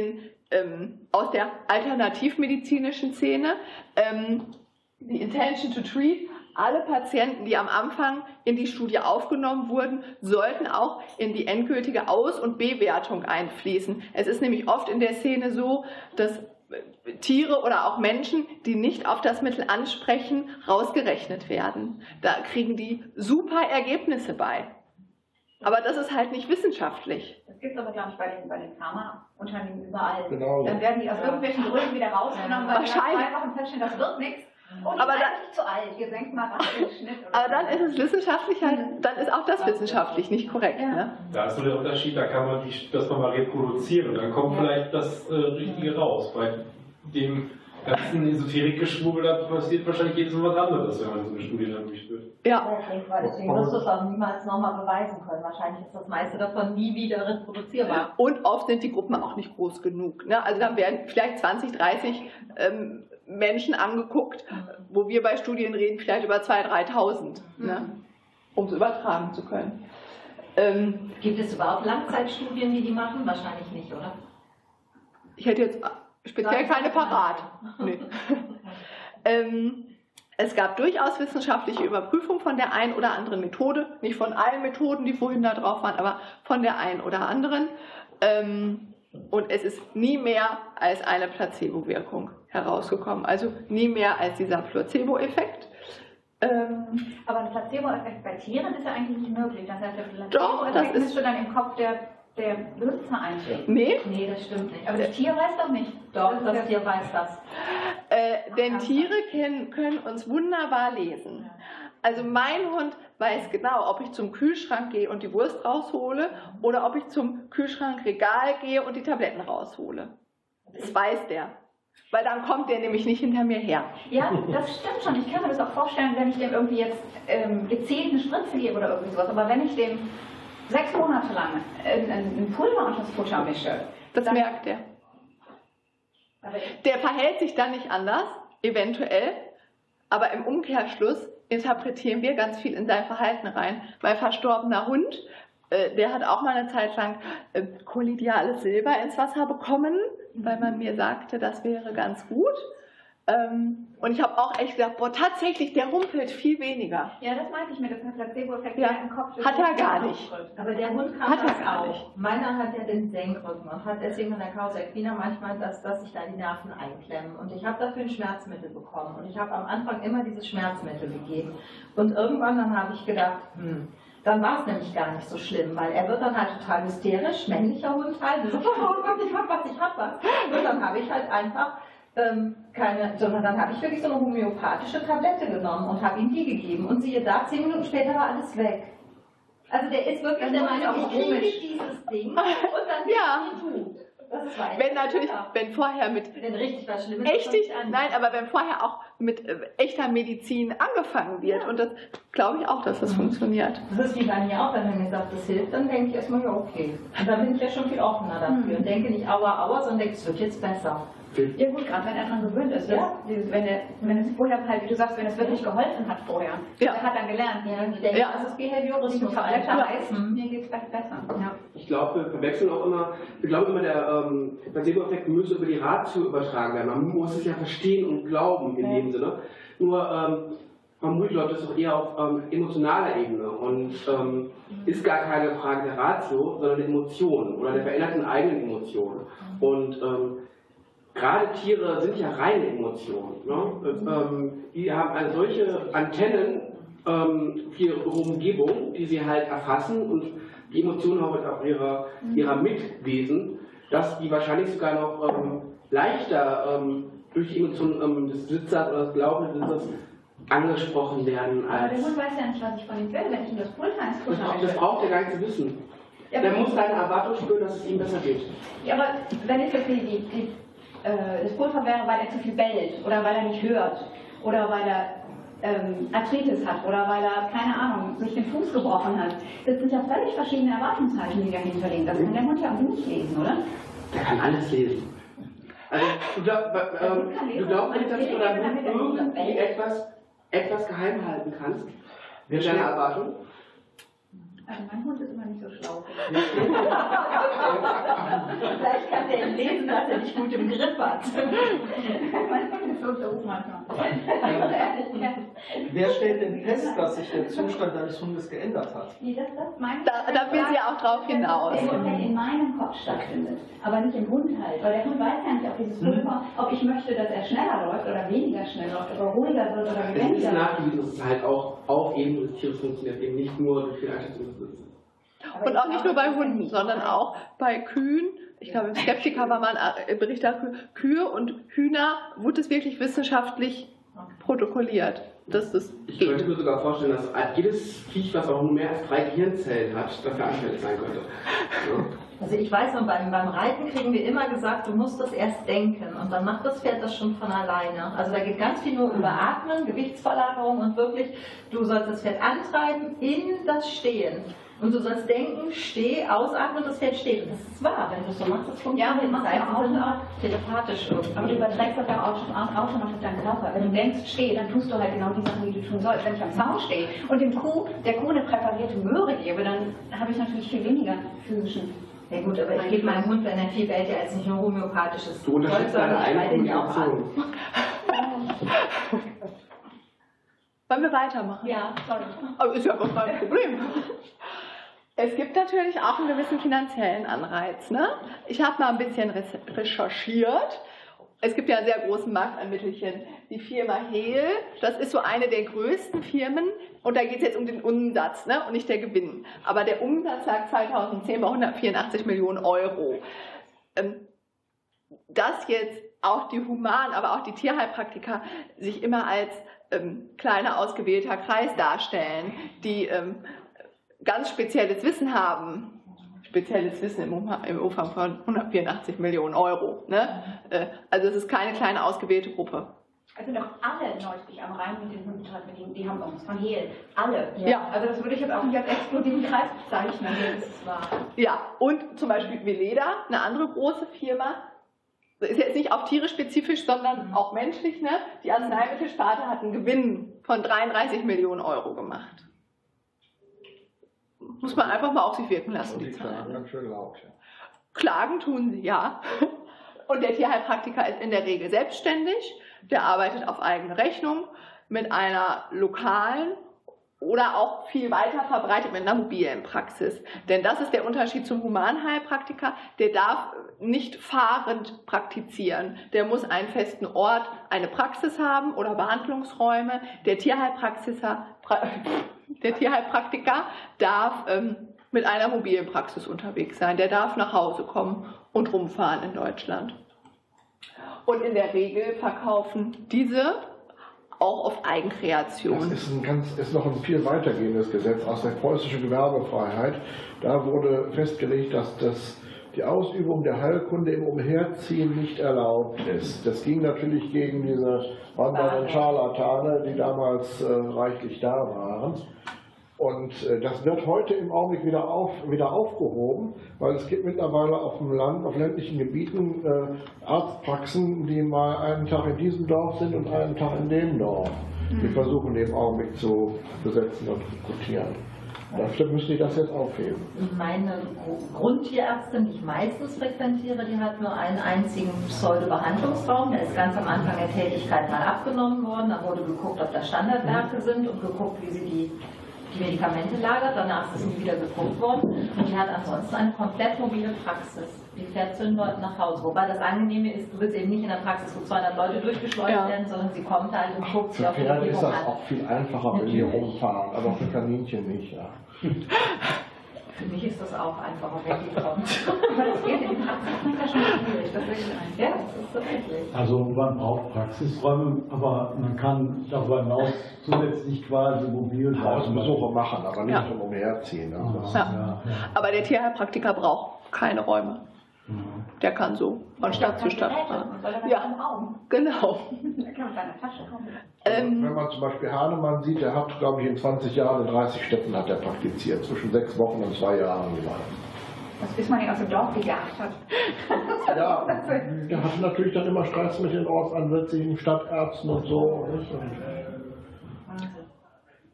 Speaker 2: aus der alternativmedizinischen Szene, die Intention to Treat. Alle Patienten, die am Anfang in die Studie aufgenommen wurden, sollten auch in die endgültige Aus- und Bewertung einfließen. Es ist nämlich oft in der Szene so, dass Tiere oder auch Menschen, die nicht auf das Mittel ansprechen, rausgerechnet werden. Da kriegen die super Ergebnisse bei. Aber das ist halt nicht wissenschaftlich.
Speaker 5: Das gibt es aber, glaube ich, bei den Pharmaunternehmen überall.
Speaker 4: Genau.
Speaker 5: Dann werden die aus irgendwelchen Gründen wieder rausgenommen, weil sie nach 2 Wochen feststellen, das wird nichts. Oh, die
Speaker 2: aber
Speaker 5: ist eigentlich zu alt, ihr senkt mal was den Schnitt. Oder
Speaker 2: aber dann ist es wissenschaftlich halt, dann ist auch das wissenschaftlich nicht korrekt.
Speaker 5: Ja.
Speaker 2: Ne?
Speaker 6: Da ist so der Unterschied, da kann man das nochmal reproduzieren und dann kommt vielleicht das Richtige raus. Bei dem ganzen Esoterik-Geschwurbel, da passiert wahrscheinlich jedes Mal was anderes, wenn man so eine Studie dann durchführt.
Speaker 2: Ja.
Speaker 3: Deswegen wirst du es auch niemals nochmal beweisen können. Wahrscheinlich ist das meiste davon nie wieder reproduzierbar.
Speaker 2: Und oft sind die Gruppen auch nicht groß genug. Ne? Also dann werden vielleicht 20, 30 Menschen angeguckt, wo wir bei Studien reden, vielleicht über 2.000, 3.000, ne? Um es übertragen zu können.
Speaker 3: Gibt es überhaupt Langzeitstudien, die machen? Wahrscheinlich nicht, oder?
Speaker 2: Ich hätte jetzt speziell keine parat. Nee. Es gab durchaus wissenschaftliche Überprüfung von der einen oder anderen Methode, nicht von allen Methoden, die vorhin da drauf waren, aber von der einen oder anderen. Und es ist nie mehr als eine Placebo-Wirkung herausgekommen, also nie mehr als dieser Placebo-Effekt.
Speaker 5: Aber ein Placebo-Effekt bei Tieren ist ja eigentlich nicht möglich. Das heißt, der
Speaker 2: Doch, das
Speaker 5: Placebo-Effekt
Speaker 2: ist
Speaker 5: müsste dann im Kopf der Benutzer eintreten.
Speaker 2: Nee,
Speaker 3: Nee, das stimmt nicht.
Speaker 5: Aber das Tier weiß doch nicht.
Speaker 3: Doch, das Tier weiß das.
Speaker 2: denn Tiere können uns wunderbar lesen. Also mein Hund weiß genau, ob ich zum Kühlschrank gehe und die Wurst raushole oder ob ich zum Kühlschrankregal gehe und die Tabletten raushole. Das weiß der. Weil dann kommt der nämlich nicht hinter mir her.
Speaker 5: Ja, das stimmt schon. Ich kann mir das auch vorstellen, wenn ich dem irgendwie jetzt gezielt eine Spritze gebe oder irgendwie sowas. Aber wenn ich dem 6 Monate lang ein Pulver unter das Futter mische,
Speaker 2: Das
Speaker 5: dann
Speaker 2: merkt er.
Speaker 5: Aber
Speaker 2: Der verhält sich dann nicht anders, eventuell, aber im Umkehrschluss interpretieren wir ganz viel in sein Verhalten rein. Mein verstorbener Hund, der hat auch mal eine Zeit lang kollidiales Silber ins Wasser bekommen, weil man mir sagte, das wäre ganz gut. Und ich habe auch echt gedacht, boah, tatsächlich, der rumpelt viel weniger.
Speaker 5: ja, das meinte ich mir, das ist ein Placebo-Effekt,
Speaker 2: Ja,
Speaker 5: der im Kopf
Speaker 2: hat er gar nicht.
Speaker 3: Aber der Hund kann
Speaker 2: Hat er
Speaker 3: das
Speaker 2: gar
Speaker 3: auch.
Speaker 2: nicht.
Speaker 3: Meiner hat ja den Senkrücken und hat deswegen an der Causa equina manchmal, dass sich da die Nerven einklemmen. Und ich habe dafür ein Schmerzmittel bekommen. Und ich habe am Anfang immer dieses Schmerzmittel gegeben. Und irgendwann dann habe ich gedacht, dann war es nämlich gar nicht so schlimm, weil er wird dann halt total hysterisch, männlicher Hund halt. So, oh Gott, ich hab was. Und dann habe ich halt einfach sondern dann habe ich wirklich so eine homöopathische Tablette genommen und habe ihm die gegeben. Und siehe da, 10 Minuten später war alles weg. Also der ist wirklich der Meinung, ich kriege dieses Ding und dann
Speaker 2: Ja.
Speaker 3: du. Das ist weit.
Speaker 2: Wenn natürlich, wenn vorher mit
Speaker 3: Wenn richtig was Schlimmes
Speaker 2: Echtig,
Speaker 3: an.
Speaker 2: nein, aber wenn vorher auch mit echter Medizin angefangen wird, und das glaube ich auch, dass das funktioniert.
Speaker 3: Das ist wie bei mir auch, wenn er mir sagt, das hilft, dann denke ich erstmal, ja okay. Und dann bin ich ja schon viel offener dafür und denke nicht aua, aua, sondern denke, es wird jetzt besser.
Speaker 5: Ja gut, gerade wenn er daran gewöhnt ist.
Speaker 3: Ja.
Speaker 5: Wenn es vorher halt, wie du sagst, wenn es wirklich geholfen hat vorher.
Speaker 2: Ja.
Speaker 5: Er hat dann gelernt.
Speaker 3: Ja, ich denke,
Speaker 2: Ja.
Speaker 3: das ist Behaviorismus.
Speaker 5: Die Tablette
Speaker 2: Ja.
Speaker 5: heißt, mir geht es vielleicht besser. Ja.
Speaker 8: Ich glaube, wir verwechseln auch immer, wir glauben immer, der Placebo-Effekt müsse über die Ratio übertragen werden. Man muss es ja verstehen und glauben in dem Sinne. Nur, vermutlich läuft das doch eher auf emotionaler Ebene und ist gar keine Frage der Ratio, sondern der Emotionen oder der veränderten eigenen Emotionen. Und gerade Tiere sind ja reine Emotionen. Ne? Die haben eine solche Antennen für ihre Umgebung, die sie halt erfassen und die Emotionen haben auch ihrer Mitwesen, dass die wahrscheinlich sogar noch leichter durch die Emotionen des Besitzers oder des glaubenden Besitzers angesprochen werden.
Speaker 5: Aber der
Speaker 8: Als
Speaker 5: Hund weiß ja nicht, was ich von ihm will, wenn ich ihm das Pulver ins Futter
Speaker 8: das braucht er gar nicht zu wissen.
Speaker 5: Ja,
Speaker 8: Der
Speaker 5: aber-
Speaker 8: muss seine Erwartung spüren, dass es ihm besser geht.
Speaker 5: Ja, aber wenn es jetzt das Pulver wäre, weil er zu viel bellt oder weil er nicht hört oder weil er Arthritis hat oder weil er, keine Ahnung, sich den Fuß gebrochen hat. Das sind ja völlig verschiedene Erwartungshaltungen, die dahinter liegen. Das kann der Hund ja auch nicht lesen, oder?
Speaker 8: Der kann alles lesen. Also, du glaubst nicht, dass du deinem Hund irgendwie etwas geheim halten kannst? Mit deiner Erwartung?
Speaker 5: Also mein Hund ist immer nicht so schlau.
Speaker 3: Vielleicht kann der lesen, dass er nicht gut im Griff hat.
Speaker 5: Mein Hund ist so doof manchmal.
Speaker 9: Wer stellt denn fest, dass sich der Zustand deines Hundes geändert hat?
Speaker 5: Nee, das meine ich.
Speaker 2: Da will sie auch drauf hinaus.
Speaker 5: Der Effekt in meinem Kopf stattfindet, aber nicht im Hund halt. Weil der Hund weiß ja nicht, ob dieses Pulver, ob ich möchte, dass er schneller läuft oder weniger schnell läuft, oder ruhiger wird oder
Speaker 8: Es ist
Speaker 5: lebendiger.
Speaker 8: nachgewiesen, dass es halt auch eben durch Tiere funktioniert, eben nicht nur durch die Einschätzung des Besitzes.
Speaker 2: Und auch nicht nur bei Hunden, sondern auch bei Kühen. Ich glaube, im Skeptiker war mal ein Bericht darüber, Kühe und Hühner wurde es wirklich wissenschaftlich protokolliert. Dass das
Speaker 8: Ich könnte mir sogar vorstellen, dass jedes Viech, was auch nur mehr als 3 Gehirnzellen hat, dafür anfällig sein könnte. Ja.
Speaker 3: Also ich weiß noch, beim Reiten kriegen wir immer gesagt, du musst das erst denken und dann macht das Pferd das schon von alleine. Also da geht ganz viel nur über Atmen, Gewichtsverlagerung und wirklich, du sollst das Pferd antreiben in das Stehen. Und du sollst denken, steh, ausatmen, das Pferd steht. Und das ist wahr, wenn du es so machst, das funktioniert.
Speaker 5: Ja,
Speaker 3: Das heißt, sie sind auch telepathisch irgendwie.
Speaker 5: Aber du überträgst das ja auch schon auf deinen Körper. Wenn du denkst, steh, dann tust du halt genau die Sachen, die du tun sollst. Wenn ich am Zaun stehe und der Kuh eine präparierte Möhre gebe, dann habe ich natürlich viel weniger physischen.
Speaker 3: Ja gut, aber ich gebe meinem Hund, wenn er viel bellt, als nicht nur homöopathisches.
Speaker 8: Du unterstützt deine eigene Kommunikation.
Speaker 2: Wollen wir weitermachen?
Speaker 5: Ja, sorry.
Speaker 2: Aber ist ja gar kein Problem. Es gibt natürlich auch einen gewissen finanziellen Anreiz. Ne? Ich habe mal ein bisschen recherchiert. Es gibt ja einen sehr großen Marktanmittelchen. Die Firma Hehl, das ist so eine der größten Firmen. Und da geht es jetzt um den Umsatz, ne? Und nicht der Gewinn. Aber der Umsatz lag 2010 bei 184 Millionen Euro. Dass jetzt auch die Human-, aber auch die Tierheilpraktiker sich immer als kleiner ausgewählter Kreis darstellen, die ganz spezielles Wissen haben, spezielles Wissen im Umfang von 184 Millionen Euro. Ne? Also es ist keine kleine ausgewählte Gruppe.
Speaker 5: Also doch alle Leute am Rhein mit den Hunden, die haben uns von Hehl. Alle.
Speaker 2: Ja.
Speaker 5: Also das würde ich jetzt auch nicht als explosiven Kreis bezeichnen. Das ist wahr.
Speaker 2: Ja, und zum Beispiel Veleda, eine andere große Firma, ist jetzt nicht auf Tiere spezifisch, sondern auch menschlich. Ne? Die Arzneimittelsparte hat einen Gewinn von 33 Millionen Euro gemacht. Muss man einfach mal auf sich wirken lassen, die Zahlen.
Speaker 4: Ganz schön laut. Ja.
Speaker 2: Klagen tun sie, ja. Und der Tierheilpraktiker ist in der Regel selbstständig. Der arbeitet auf eigene Rechnung mit einer lokalen oder auch viel weiter verbreitet mit einer mobilen Praxis. Denn das ist der Unterschied zum Humanheilpraktiker. Der darf nicht fahrend praktizieren. Der muss einen festen Ort, eine Praxis haben oder Behandlungsräume. Der Tierheilpraktiker darf mit einer mobilen Praxis unterwegs sein. Der darf nach Hause kommen und rumfahren in Deutschland. Und in der Regel verkaufen diese auch auf Eigenkreation.
Speaker 4: Das ist noch ein viel weitergehendes Gesetz aus der preußischen Gewerbefreiheit. Da wurde festgelegt, dass die Ausübung der Heilkunde im Umherziehen nicht erlaubt ist. Das ging natürlich gegen diese wandernden Scharlatane, die damals reichlich da waren. Und das wird heute im Augenblick wieder aufgehoben, weil es gibt mittlerweile auf dem Land, auf ländlichen Gebieten Arztpraxen, die mal einen Tag in diesem Dorf sind und einen Tag in dem Dorf. Die versuchen den im Augenblick zu besetzen und rekrutieren. Dafür müssen die das jetzt aufheben.
Speaker 3: Meine Grundtierärztin, die ich meistens frequentiere, die hat nur einen einzigen Pseudo-Behandlungsraum. Der ist ganz am Anfang der Tätigkeit mal abgenommen worden. Da wurde geguckt, ob da Standardwerke sind und geguckt, wie sie die Medikamente lagert. Danach ist nie wieder geguckt worden. Und die hat ansonsten eine komplett mobile Praxis. Die fährt zu den Leuten nach Hause. Wobei das Angenehme ist, du willst eben nicht in der Praxis, wo 200 Leute durchgeschleust werden, sondern sie kommt halt und guckt sich
Speaker 4: Für
Speaker 3: auf die
Speaker 4: Pferde ist
Speaker 3: Umgebung
Speaker 4: das
Speaker 3: an.
Speaker 4: auch viel einfacher, wenn die rumfahren, aber für Kaninchen nicht. Ja.
Speaker 3: Für mich ist das auch einfacher, wenn die kommt.
Speaker 5: Aber das geht in die Praxis manchmal schon schwierig. Das will ich ein.
Speaker 3: Ja, das ist tatsächlich.
Speaker 10: Also man braucht Praxisräume, aber man kann darüber hinaus zusätzlich quasi mobil
Speaker 4: Hausbesuche machen, aber nicht zum Umherziehen. Ne?
Speaker 2: Ja. Aber der Tierheilpraktiker braucht keine Räume. Der kann so von Stadt zu Stadt fahren.
Speaker 5: Ja, im Raum.
Speaker 2: Genau.
Speaker 5: Da kann man seine Tasche kommen.
Speaker 4: Wenn man zum Beispiel Hahnemann sieht, der hat, glaube ich, in 20 Jahren in 30 Städten hat er praktiziert, zwischen 6 Wochen und 2 Jahren jeweils.
Speaker 5: Das bis man ihn aus dem Dorf gejagt hat.
Speaker 4: Ja, der hatte natürlich dann immer Stress mit den ortsansässigen Stadtärzten und so. Nicht? Und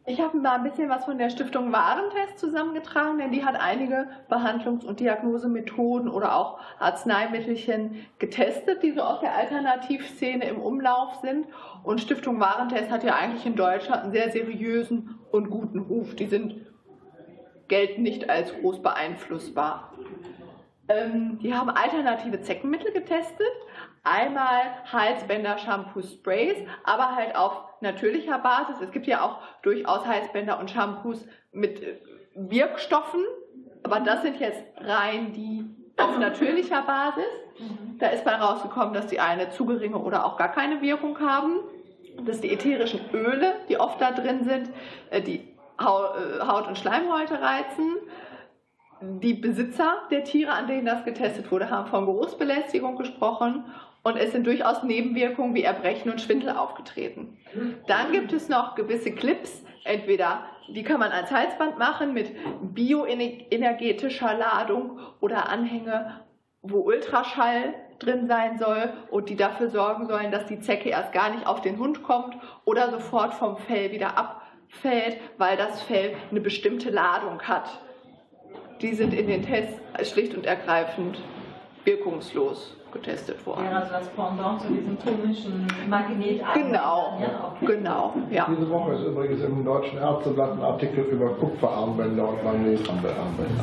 Speaker 2: Ich habe mal ein bisschen was von der Stiftung Warentest zusammengetragen, denn die hat einige Behandlungs- und Diagnosemethoden oder auch Arzneimittelchen getestet, die so aus der Alternativszene im Umlauf sind. Und Stiftung Warentest hat ja eigentlich in Deutschland einen sehr seriösen und guten Ruf. Die gelten nicht als groß beeinflussbar. Die haben alternative Zeckenmittel getestet. Einmal Halsbänder, Shampoos, Sprays, aber halt auf natürlicher Basis. Es gibt ja auch durchaus Halsbänder und Shampoos mit Wirkstoffen, aber das sind jetzt rein die auf natürlicher Basis. Da ist bei rausgekommen, dass die eine zu geringe oder auch gar keine Wirkung haben. Dass die ätherischen Öle, die oft da drin sind, die Haut- und Schleimhäute reizen. Die Besitzer der Tiere, an denen das getestet wurde, haben von Geruchsbelästigung gesprochen und es sind durchaus Nebenwirkungen wie Erbrechen und Schwindel aufgetreten. Dann gibt es noch gewisse Clips, entweder die kann man als Halsband machen mit bioenergetischer Ladung oder Anhänge, wo Ultraschall drin sein soll und die dafür sorgen sollen, dass die Zecke erst gar nicht auf den Hund kommt oder sofort vom Fell wieder abfällt, weil das Fell eine bestimmte Ladung hat. Die sind in den Tests schlicht und ergreifend wirkungslos getestet worden.
Speaker 3: Ja, also das Pendant zu diesem komischen Magnetarmbändern.
Speaker 2: Genau, genau, ja.
Speaker 4: Diese Woche ist übrigens im Deutschen Ärzteblatt ein Artikel über Kupferarmbänder und Magnetarmbänder.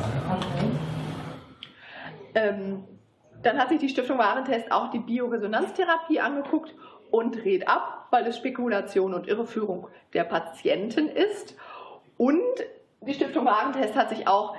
Speaker 2: Dann hat sich die Stiftung Warentest auch die Bioresonanztherapie angeguckt und rät ab, weil es Spekulation und Irreführung der Patienten ist. Und die Stiftung Warentest hat sich auch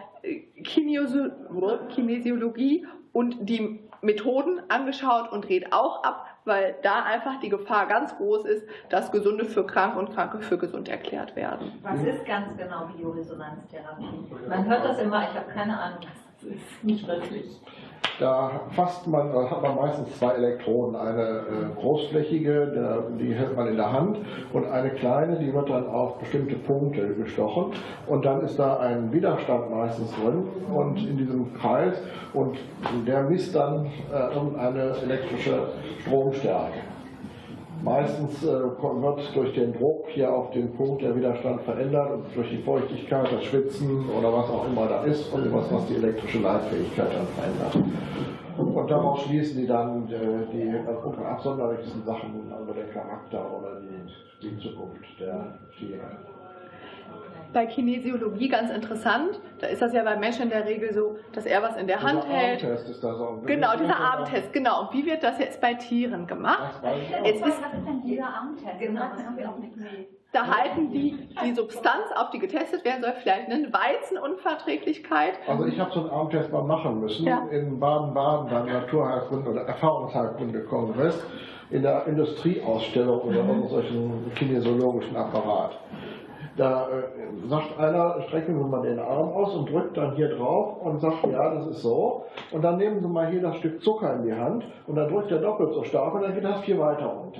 Speaker 2: Kinesiologie und die Methoden angeschaut und rät auch ab, weil da einfach die Gefahr ganz groß ist, dass Gesunde für krank und Kranke für gesund erklärt werden.
Speaker 3: Was ist ganz genau Bioresonanztherapie? Man hört das immer, ich habe keine Ahnung, was das ist, nicht wirklich.
Speaker 4: Da hat man meistens zwei Elektroden, eine großflächige, die hält man in der Hand, und eine kleine, die wird dann auf bestimmte Punkte gestochen und dann ist da ein Widerstand meistens drin und in diesem Kreis und der misst dann irgendeine elektrische Stromstärke. Meistens wird durch den Druck hier auf den Punkt der Widerstand verändert und durch die Feuchtigkeit, das Schwitzen oder was auch immer da ist und was die elektrische Leitfähigkeit dann verändert. Und daraus schließen die dann die absonderlichsten Sachen über den Charakter oder die Zukunft der Tiere.
Speaker 2: Bei Kinesiologie ganz interessant, da ist das ja beim Menschen in der Regel so, dass er was in der Hand hält.
Speaker 4: Armtest ist da so.
Speaker 2: Genau, dieser Armtest, genau. Und wie wird das jetzt bei Tieren gemacht?
Speaker 5: Was ist denn dieser Armtest?
Speaker 3: Genau.
Speaker 2: Da halten die Substanz, auf die getestet werden soll, vielleicht eine Weizenunverträglichkeit.
Speaker 4: Also ich habe so einen Armtest mal machen müssen, ja. In Baden-Baden beim Naturheilkunde oder Erfahrungsheilkunde-Kongress in der Industrieausstellung oder irgendeinem solchen kinesiologischen Apparat. Da sagt einer, strecken Sie mal den Arm aus und drückt dann hier drauf und sagt, ja, das ist so. Und dann nehmen Sie mal hier das Stück Zucker in die Hand und dann drückt er doppelt so stark und dann geht das viel weiter runter.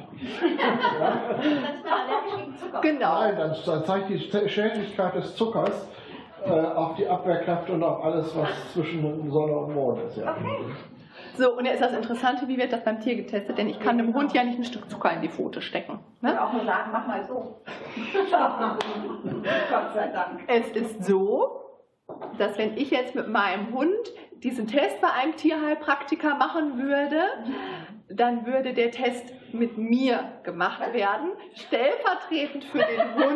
Speaker 2: Ja? Genau.
Speaker 4: Nein, dann zeigt die Schädlichkeit des Zuckers auf die Abwehrkräfte und auf alles, was zwischen Sonne und Mond ist. Ja.
Speaker 2: Okay. So, und jetzt das Interessante, wie wird das beim Tier getestet? Denn ich kann dem Hund ja nicht ein Stück Zucker in die Pfote stecken. Ne?
Speaker 5: Ich will auch nur sagen, mach mal so. Gott sei Dank.
Speaker 2: Es ist so, dass wenn ich jetzt mit meinem Hund diesen Test bei einem Tierheilpraktiker machen würde, dann würde der Test mit mir gemacht werden, stellvertretend für den Hund,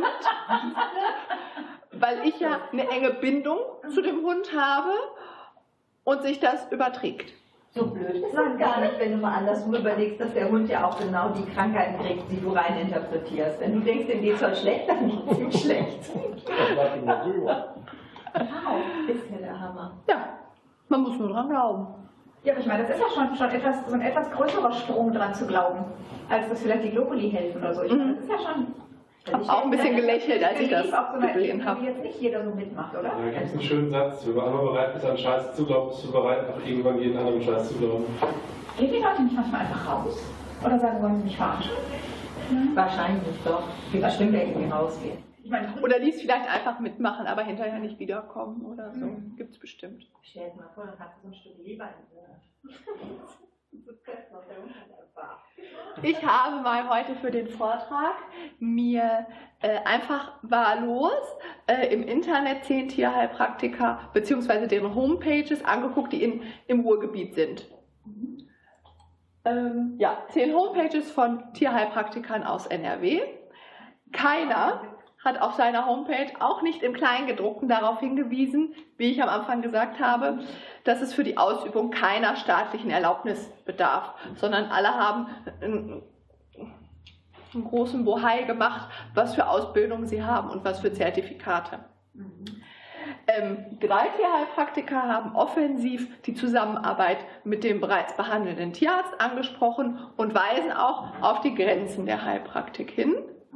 Speaker 2: weil ich ja eine enge Bindung zu dem Hund habe und sich das überträgt.
Speaker 3: So blöd ist das gar nicht, wenn du mal andersrum überlegst, dass der Hund ja auch genau die Krankheiten kriegt, die du rein interpretierst. Wenn du denkst, dem geht's heute schlecht, dann geht's ihm schlecht.
Speaker 5: Wow, ist ja der Hammer.
Speaker 2: Ja, man muss nur dran glauben.
Speaker 5: Ja, aber ich meine, das ist ja schon etwas, so ein etwas größerer Sprung dran zu glauben, als dass vielleicht die Globuli helfen oder so. Ich meine, das ist ja schon...
Speaker 2: Ich habe auch ein bisschen gelächelt, als ich das gesehen habe.
Speaker 5: Jetzt nicht jeder so mitmacht, oder?
Speaker 6: Da gibt es einen schönen Satz: Wenn du einmal bereit bist, an Scheiße zu glauben, bist du bereit, auch irgendwann jeden anderen Scheiß zu glauben.
Speaker 5: Gehen die Leute nicht manchmal einfach raus? Oder sagen, wollen sie mich verarschen?
Speaker 3: Wahrscheinlich doch. Die bestimmt ja irgendwie rausgehen.
Speaker 5: Ich meine,
Speaker 2: oder die es vielleicht einfach mitmachen, aber hinterher nicht wiederkommen oder so. Gibt's bestimmt.
Speaker 3: Stell dir mal vor, dann hast du so ein Stück Leber im Monat.
Speaker 2: Ich habe mal heute für den Vortrag mir einfach wahllos im Internet 10 Tierheilpraktiker bzw. deren Homepages angeguckt, die im Ruhrgebiet sind. 10 Homepages von Tierheilpraktikern aus NRW. Keiner hat auf seiner Homepage, auch nicht im Kleingedruckten, darauf hingewiesen, wie ich am Anfang gesagt habe, dass es für die Ausübung keiner staatlichen Erlaubnis bedarf, sondern alle haben einen großen Bohai gemacht, was für Ausbildung sie haben und was für Zertifikate. 3 Tierheilpraktiker haben offensiv die Zusammenarbeit mit dem bereits behandelnden Tierarzt angesprochen und weisen auch auf die Grenzen der Heilpraktik hin.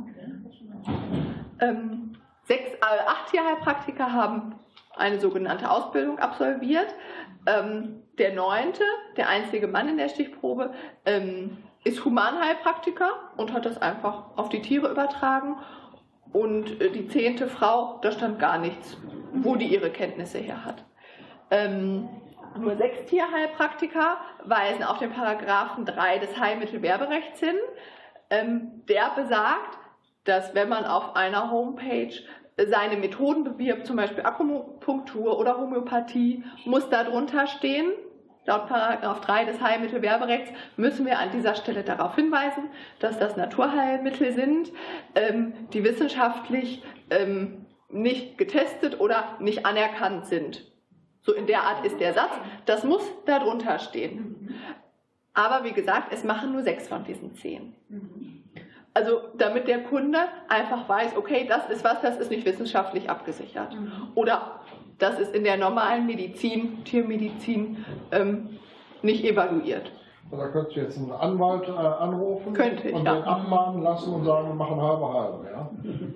Speaker 2: 8 Tierheilpraktiker haben eine sogenannte Ausbildung absolviert. Der 9., der einzige Mann in der Stichprobe, ist Humanheilpraktiker und hat das einfach auf die Tiere übertragen. Und die 10. Frau, da stand gar nichts, wo die ihre Kenntnisse her hat. Nur 6 Tierheilpraktiker weisen auf den Paragraphen 3 des Heilmittelwerberechts hin. Der besagt, dass wenn man auf einer Homepage seine Methoden bewirbt, zum Beispiel Akupunktur oder Homöopathie, muss darunter stehen, laut Paragraph 3 des Heilmittelwerberechts müssen wir an dieser Stelle darauf hinweisen, dass das Naturheilmittel sind, die wissenschaftlich nicht getestet oder nicht anerkannt sind. So in der Art ist der Satz, das muss darunter stehen. Aber wie gesagt, es machen nur 6 von diesen 10. Also damit der Kunde einfach weiß, okay, das ist was, das ist nicht wissenschaftlich abgesichert. Oder das ist in der normalen Medizin, Tiermedizin, nicht evaluiert.
Speaker 4: Also da könntest du jetzt einen Anwalt anrufen
Speaker 2: Könnte ich,
Speaker 4: und den abmahnen lassen und sagen, wir machen halbe, ja?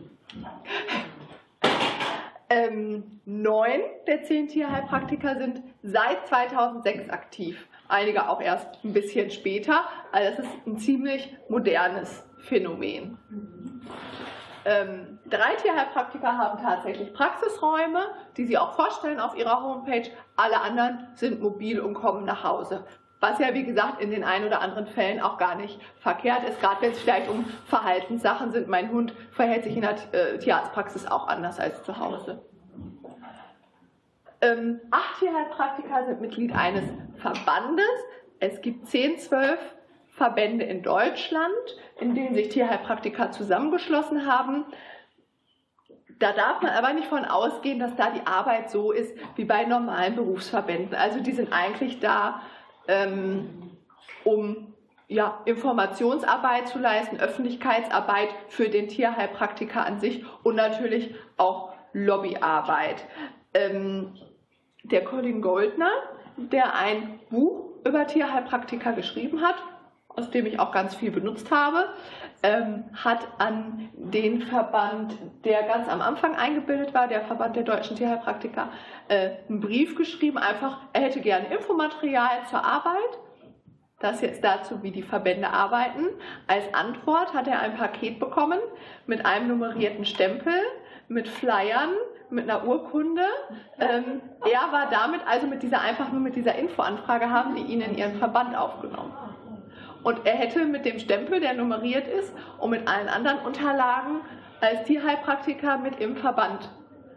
Speaker 2: 9 der 10 Tierheilpraktiker sind seit 2006 aktiv. Einige auch erst ein bisschen später. Also das ist ein ziemlich modernes Phänomen. 3 Tierheilpraktiker haben tatsächlich Praxisräume, die sie auch vorstellen auf ihrer Homepage. Alle anderen sind mobil und kommen nach Hause. Was ja, wie gesagt, in den ein oder anderen Fällen auch gar nicht verkehrt ist, gerade wenn es vielleicht um Verhaltenssachen sind. Mein Hund verhält sich in der Tierarztpraxis auch anders als zu Hause. 8 Tierheilpraktiker sind Mitglied eines Verbandes. Es gibt 10, 12 Verbände in Deutschland, in denen sich Tierheilpraktiker zusammengeschlossen haben. Da darf man aber nicht von ausgehen, dass da die Arbeit so ist wie bei normalen Berufsverbänden. Also die sind eigentlich da, um Informationsarbeit zu leisten, Öffentlichkeitsarbeit für den Tierheilpraktiker an sich und natürlich auch Lobbyarbeit. Der Colin Goldner, der ein Buch über Tierheilpraktiker geschrieben hat, aus dem ich auch ganz viel benutzt habe, hat an den Verband, der ganz am Anfang eingebildet war, der Verband der deutschen Tierheilpraktiker, einen Brief geschrieben, einfach, er hätte gerne Infomaterial zur Arbeit. Das jetzt dazu, wie die Verbände arbeiten. Als Antwort hat er ein Paket bekommen mit einem nummerierten Stempel, mit Flyern, mit einer Urkunde. Er war damit, also mit dieser Infoanfrage, haben die ihn in ihren Verband aufgenommen. Und er hätte mit dem Stempel, der nummeriert ist, und mit allen anderen Unterlagen als Tierheilpraktiker mit im Verband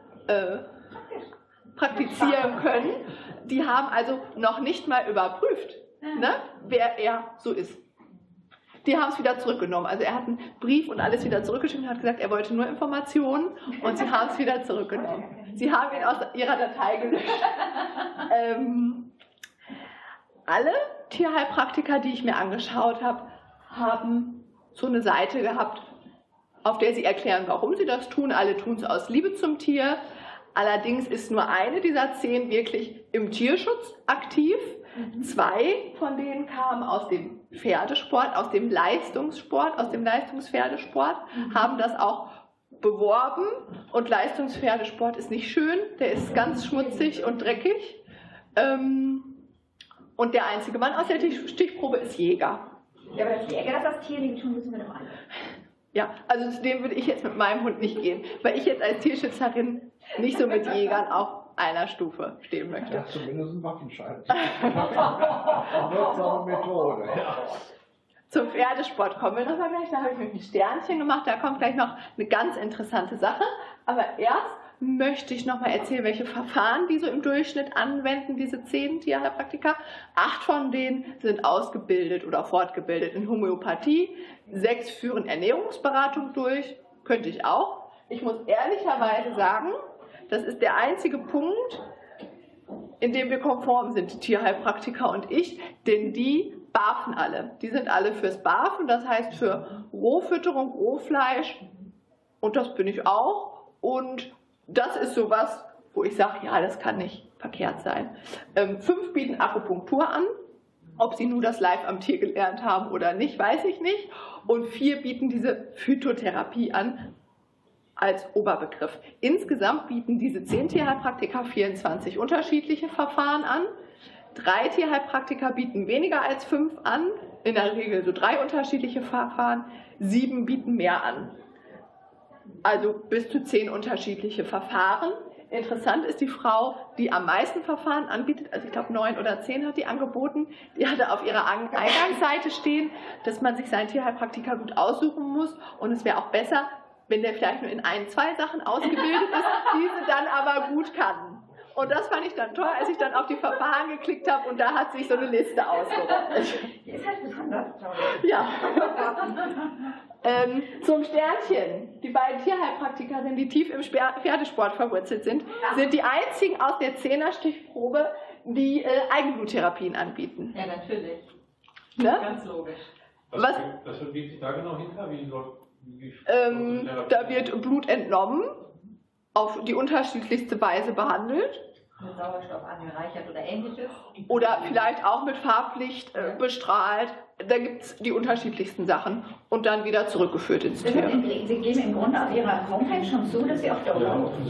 Speaker 2: praktizieren können. Die haben also noch nicht mal überprüft, ne, wer er so ist. Die haben es wieder zurückgenommen. Also er hat einen Brief und alles wieder zurückgeschickt und hat gesagt, er wollte nur Informationen und sie haben es wieder zurückgenommen. Sie haben ihn aus ihrer Datei gelöscht. Alle Tierheilpraktiker, die ich mir angeschaut habe, haben so eine Seite gehabt, auf der sie erklären, warum sie das tun. Alle tun es aus Liebe zum Tier. Allerdings ist nur eine dieser 10 wirklich im Tierschutz aktiv. 2 von denen kamen aus dem Pferdesport, aus dem Leistungssport, aus dem Leistungspferdesport, haben das auch beworben. Und Leistungspferdesport ist nicht schön, der ist ganz schmutzig und dreckig. Und der einzige Mann aus der Stichprobe ist Jäger.
Speaker 5: Ja, aber das Jäger, das Tierliebe tun, wissen wir doch alle.
Speaker 2: Ja, also zu dem würde ich jetzt mit meinem Hund nicht gehen, weil ich jetzt als Tierschützerin nicht so mit Jägern auch einer Stufe stehen möchte.
Speaker 4: Ja, zumindest ein Waffenschein. Eine wirksame Methode. Ja.
Speaker 2: Zum Pferdesport kommen wir nochmal gleich. Da habe ich nämlich ein Sternchen gemacht. Da kommt gleich noch eine ganz interessante Sache. Aber erst möchte ich nochmal erzählen, welche Verfahren die so im Durchschnitt anwenden, diese 10 Tierheilpraktiker. 8 von denen sind ausgebildet oder fortgebildet in Homöopathie. 6 führen Ernährungsberatung durch. Könnte ich auch. Ich muss ehrlicherweise sagen, das ist der einzige Punkt, in dem wir konform sind, die Tierheilpraktiker und ich, denn die barfen alle. Die sind alle fürs Barfen, das heißt für Rohfütterung, Rohfleisch, und das bin ich auch. Und das ist sowas, wo ich sage, ja, das kann nicht verkehrt sein. 5 bieten Akupunktur an. Ob sie nur das live am Tier gelernt haben oder nicht, weiß ich nicht. Und 4 bieten diese Phytotherapie an als Oberbegriff. Insgesamt bieten diese 10 Tierheilpraktiker 24 unterschiedliche Verfahren an. 3 Tierheilpraktiker bieten weniger als 5 an, in der Regel so 3 unterschiedliche Verfahren. 7 bieten mehr an. Also bis zu 10 unterschiedliche Verfahren. Interessant ist die Frau, die am meisten Verfahren anbietet, also ich glaube 9 oder 10 hat die angeboten, die hatte auf ihrer Eingangsseite stehen, dass man sich seinen Tierheilpraktiker gut aussuchen muss und es wäre auch besser, wenn der vielleicht nur in 1, 2 Sachen ausgebildet ist, diese dann aber gut kann. Und das fand ich dann toll, als ich dann auf die Verfahren geklickt habe und da hat sich so eine Liste ausgerollt.
Speaker 3: Die ist halt besonders toll.
Speaker 2: Ja. Zum Sternchen. Die beiden Tierheilpraktikerinnen, die tief im Pferdesport verwurzelt sind, sind die einzigen aus der 10er-Stichprobe, die Eigenbluttherapien anbieten.
Speaker 3: Ja, natürlich.
Speaker 2: Ne?
Speaker 3: Ganz logisch.
Speaker 6: Was verbirgt sich da genau hinter?
Speaker 2: Da wird Blut entnommen, auf die unterschiedlichste Weise behandelt.
Speaker 3: Mit Sauerstoff angereichert oder ähnliches.
Speaker 2: Oder vielleicht auch mit Farblicht bestrahlt. Da gibt es die unterschiedlichsten Sachen. Und dann wieder zurückgeführt ins Tier.
Speaker 5: Sie geben im Grunde auf Ihrer Homepage schon zu, dass Sie auf der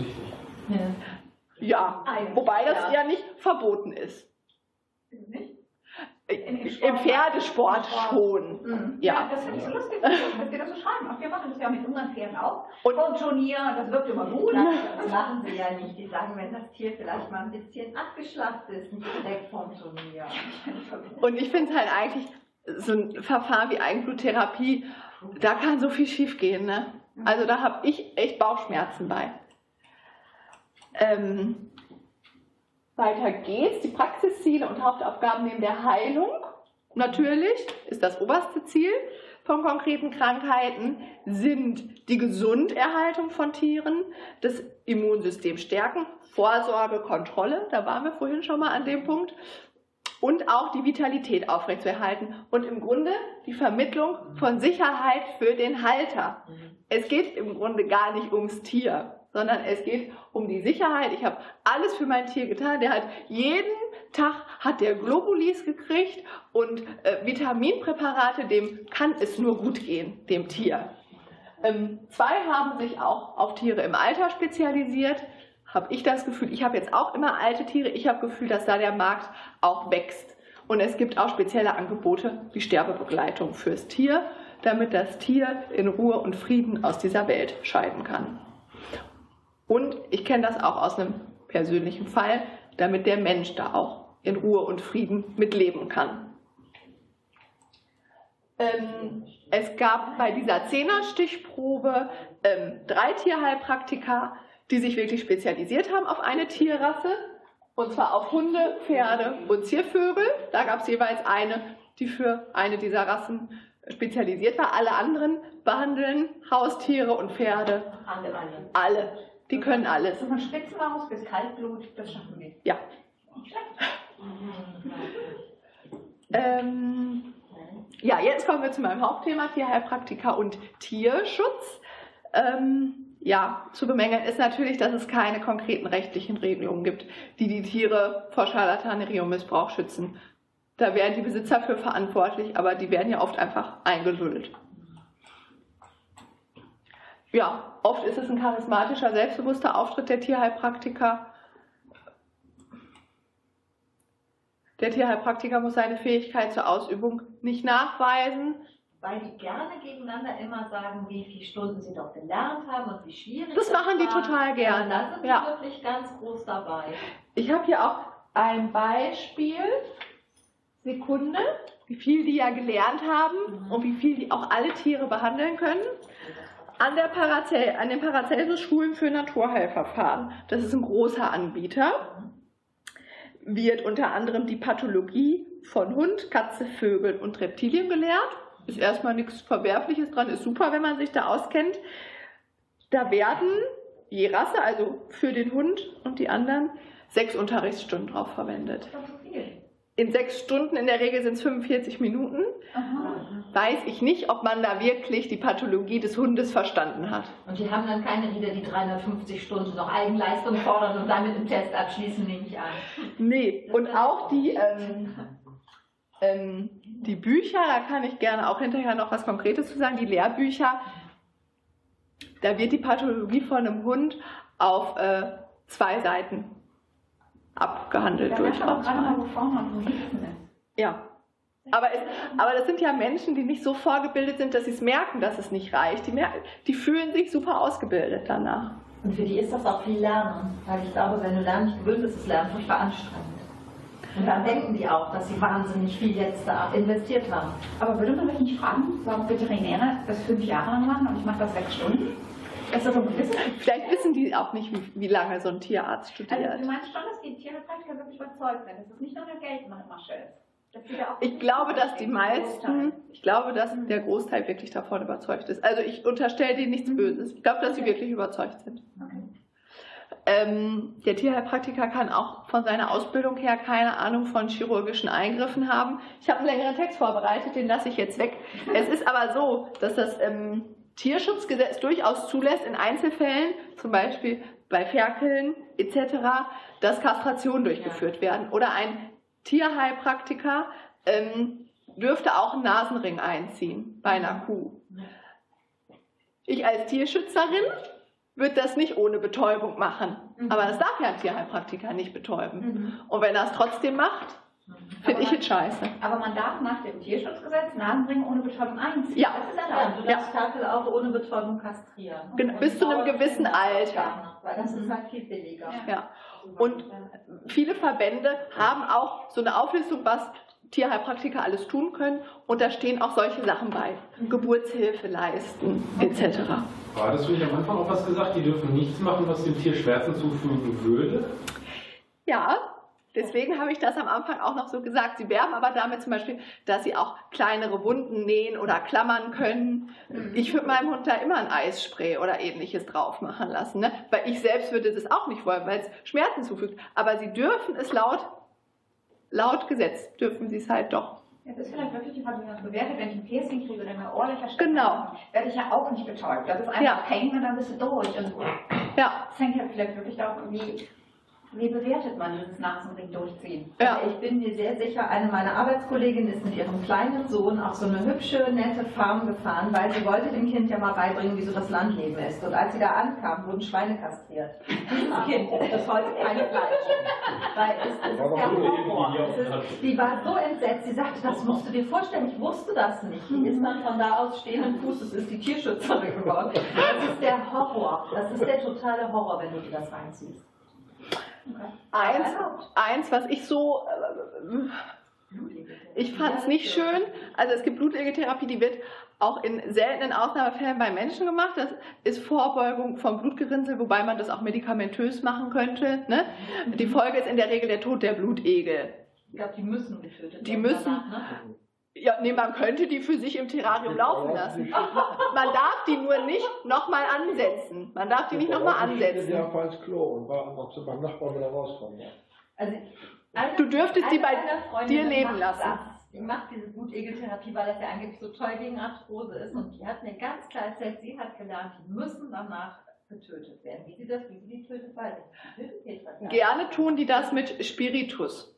Speaker 2: Ja, wobei das ja nicht verboten ist.
Speaker 5: Nicht?
Speaker 2: Im Pferdesport schon.
Speaker 5: Mhm.
Speaker 2: Ja.
Speaker 5: Das finde ich so lustig, dass wir das so schreiben. Auch wir machen das ja mit unseren Pferden auch. Und Turnier, das wirkt immer gut.
Speaker 3: Das machen sie ja nicht. Die sagen, wenn das Tier vielleicht mal ein bisschen abgeschlachtet ist, nicht direkt vom Turnier.
Speaker 2: Und ich finde es halt eigentlich, so ein Verfahren wie Eigenbluttherapie, da kann so viel schief gehen. Ne? Also da habe ich echt Bauchschmerzen bei. Weiter geht's. Die Praxisziele und Hauptaufgaben neben der Heilung. Natürlich ist das oberste Ziel von konkreten Krankheiten, sind die Gesunderhaltung von Tieren, das Immunsystem stärken, Vorsorge, Kontrolle, da waren wir vorhin schon mal an dem Punkt, und auch die Vitalität aufrechtzuerhalten und im Grunde die Vermittlung von Sicherheit für den Halter. Es geht im Grunde gar nicht ums Tier, sondern es geht um die Sicherheit. Ich habe alles für mein Tier getan. Der hat jeden Tag der Globulis gekriegt und Vitaminpräparate, dem kann es nur gut gehen, dem Tier. 2 haben sich auch auf Tiere im Alter spezialisiert. Habe ich das Gefühl, ich habe jetzt auch immer alte Tiere, ich habe das Gefühl, dass da der Markt auch wächst. Und es gibt auch spezielle Angebote wie Sterbebegleitung fürs Tier, damit das Tier in Ruhe und Frieden aus dieser Welt scheiden kann. Und ich kenne das auch aus einem persönlichen Fall, damit der Mensch da auch in Ruhe und Frieden mitleben kann. Es gab bei dieser 10er-Stichprobe 3 Tierheilpraktiker, die sich wirklich spezialisiert haben auf eine Tierrasse, und zwar auf Hunde, Pferde und Ziervögel. Da gab es jeweils eine, die für eine dieser Rassen spezialisiert war. Alle anderen behandeln Haustiere und Pferde. Alle. Die können alles.
Speaker 5: So von Spitzenmaus bis Kaltblut, das schaffen wir.
Speaker 2: Ja. Ja, jetzt kommen wir zu meinem Hauptthema, Tierheilpraktiker und Tierschutz. Ja, zu bemängeln ist natürlich, dass es keine konkreten rechtlichen Regelungen gibt, die die Tiere vor Scharlatanerie und Missbrauch schützen. Da wären die Besitzer für verantwortlich, aber die werden ja oft einfach eingelullt. Ja, oft ist es ein charismatischer, selbstbewusster Auftritt der Tierheilpraktiker. Der Tierheilpraktiker muss seine Fähigkeit zur Ausübung nicht nachweisen.
Speaker 3: weil die gerne gegeneinander immer sagen, wie viele Stunden sie doch gelernt haben und wie schwierig
Speaker 2: das machen die total gerne.
Speaker 3: Da sind die wirklich ganz groß dabei.
Speaker 2: Ich habe hier auch ein Beispiel. Sekunde, wie viel die ja gelernt haben und wie viel die auch alle Tiere behandeln können. An den Paracelsus-Schulen für Naturheilverfahren. Das ist ein großer Anbieter. Wird unter anderem die Pathologie von Hund, Katze, Vögeln und Reptilien gelehrt. Ist erstmal nichts Verwerfliches dran, ist super, wenn man sich da auskennt. Da werden je Rasse, also für den Hund und die anderen, 6 Unterrichtsstunden drauf verwendet.
Speaker 5: Das ist so viel.
Speaker 2: In 6 Stunden, in der Regel sind es 45 Minuten, weiß ich nicht, ob man da wirklich die Pathologie des Hundes verstanden hat.
Speaker 3: Und die haben dann keine wieder die 350 Stunden noch Eigenleistung fordern und damit im Test abschließen, nehme ich an.
Speaker 2: Nee, und auch die Bücher, da kann ich gerne auch hinterher noch was Konkretes zu sagen, die Lehrbücher, da wird die Pathologie von einem Hund auf 2 Seiten abgehandelt durch Ja. Aber das sind ja Menschen, die nicht so vorgebildet sind, dass sie es merken, dass es nicht reicht. Die fühlen sich super ausgebildet danach.
Speaker 3: Und für die ist das auch viel Lernen. Weil ich glaube, wenn du Lernen nicht gewöhnt bist, ist Lernen furchtbar anstrengend. Und dann denken die auch, dass sie wahnsinnig viel jetzt da investiert haben.
Speaker 5: Aber würde man mich nicht fragen, warum Veterinäre das 5 Jahre lang machen und ich mache das 6 Stunden? Ist das so ein Wissen?
Speaker 2: Vielleicht wissen die auch nicht, wie lange so ein Tierarzt studiert.
Speaker 5: Also du meinst schon, dass die Tierheilpraktiker wirklich überzeugt sind, dass es nicht nur eine Geldmasche ist?
Speaker 2: Ich glaube, dass der Großteil wirklich davon überzeugt ist. Also ich unterstelle denen nichts Böses. Ich glaube, dass sie wirklich überzeugt sind. Okay. Der Tierheilpraktiker kann auch von seiner Ausbildung her keine Ahnung von chirurgischen Eingriffen haben. Ich habe einen längeren Text vorbereitet, den lasse ich jetzt weg. Es ist aber so, dass das Tierschutzgesetz durchaus zulässt in Einzelfällen, zum Beispiel bei Ferkeln etc., dass Kastrationen durchgeführt werden. Oder ein Tierheilpraktiker dürfte auch einen Nasenring einziehen bei einer Kuh. Ich als Tierschützerin würde das nicht ohne Betäubung machen. Aber das darf ja ein Tierheilpraktiker nicht betäuben. Und wenn er es trotzdem macht, finde ich es scheiße.
Speaker 5: Aber man darf nach dem Tierschutzgesetz Nasenring ohne Betäubung einziehen.
Speaker 2: Ja.
Speaker 3: Das ist erlaubt. Du darfst Ferkel auch ohne Betäubung kastrieren.
Speaker 2: Bis zu einem gewissen Alter.
Speaker 3: Weil das ist halt viel billiger.
Speaker 2: Ja. Und viele Verbände haben auch so eine Auflistung, was Tierheilpraktiker alles tun können. Und da stehen auch solche Sachen bei. Geburtshilfe leisten, etc.
Speaker 6: Aber hattest du nicht am Anfang auch was gesagt, die dürfen nichts machen, was dem Tier Schmerzen zufügen würde?
Speaker 2: Ja, deswegen habe ich das am Anfang auch noch so gesagt. Sie werben aber damit zum Beispiel, dass sie auch kleinere Wunden nähen oder klammern können. Ich würde meinem Hund da immer ein Eisspray oder ähnliches drauf machen lassen. Ne? Weil ich selbst würde das auch nicht wollen, weil es Schmerzen zufügt. Aber sie dürfen es laut Gesetz, dürfen sie es halt doch.
Speaker 5: Jetzt ist vielleicht wirklich die Frage, wie man es bewertet, wenn ich ein Piercing kriege oder eine Ohrlöcher stecke.
Speaker 2: Genau.
Speaker 5: Werde ich ja auch nicht betäubt. Das ist einfach hängen und dann bist du durch. Und
Speaker 2: ja.
Speaker 5: Das hängt ja vielleicht wirklich davon, wie bewertet man dieses Nasenring durchziehen?
Speaker 2: Ja.
Speaker 3: Also ich bin mir sehr sicher, eine meiner Arbeitskolleginnen ist mit ihrem kleinen Sohn auf so eine hübsche, nette Farm gefahren, weil sie wollte dem Kind ja mal beibringen, wie so das Landleben ist. Und als sie da ankam, wurden Schweine kastriert. Dieses Kind ist heute keine Fleisch. Weil es ist der Horror. Die war so entsetzt, sie sagte, das musst du dir vorstellen, ich wusste das nicht. Die ist dann von da aus stehenden Fußes, ist die Tierschützerin geworden. Das ist der Horror. Das ist der totale Horror, wenn du dir das reinziehst.
Speaker 2: Eins, was ich so, ich fand es nicht schön, also es gibt Blutegeltherapie, die wird auch in seltenen Ausnahmefällen bei Menschen gemacht, das ist Vorbeugung vom Blutgerinnsel, wobei man das auch medikamentös machen könnte. Ne? Die Folge ist in der Regel der Tod der Blutegel.
Speaker 3: Ich glaube, die müssen getötet werden.
Speaker 2: Die müssen.
Speaker 3: Danach, ne?
Speaker 2: Ja, nee, man könnte die für sich im Terrarium laufen lassen. Man darf die nur nicht nochmal ansetzen. Man darf die nicht nochmal ansetzen.
Speaker 4: Ja, ins Klo und warten, ob sie beim Nachbarn wieder rauskommen.
Speaker 3: Also,
Speaker 2: du dürftest die bei dir leben lassen.
Speaker 3: Die macht diese Blutegeltherapie, weil das ja eigentlich so toll gegen Arthrose ist. Und die hat mir ganz klar erzählt, sie hat gelernt, die müssen danach getötet werden. Wie sie die tötet, weiß ich nicht.
Speaker 2: Gerne tun die das mit Spiritus.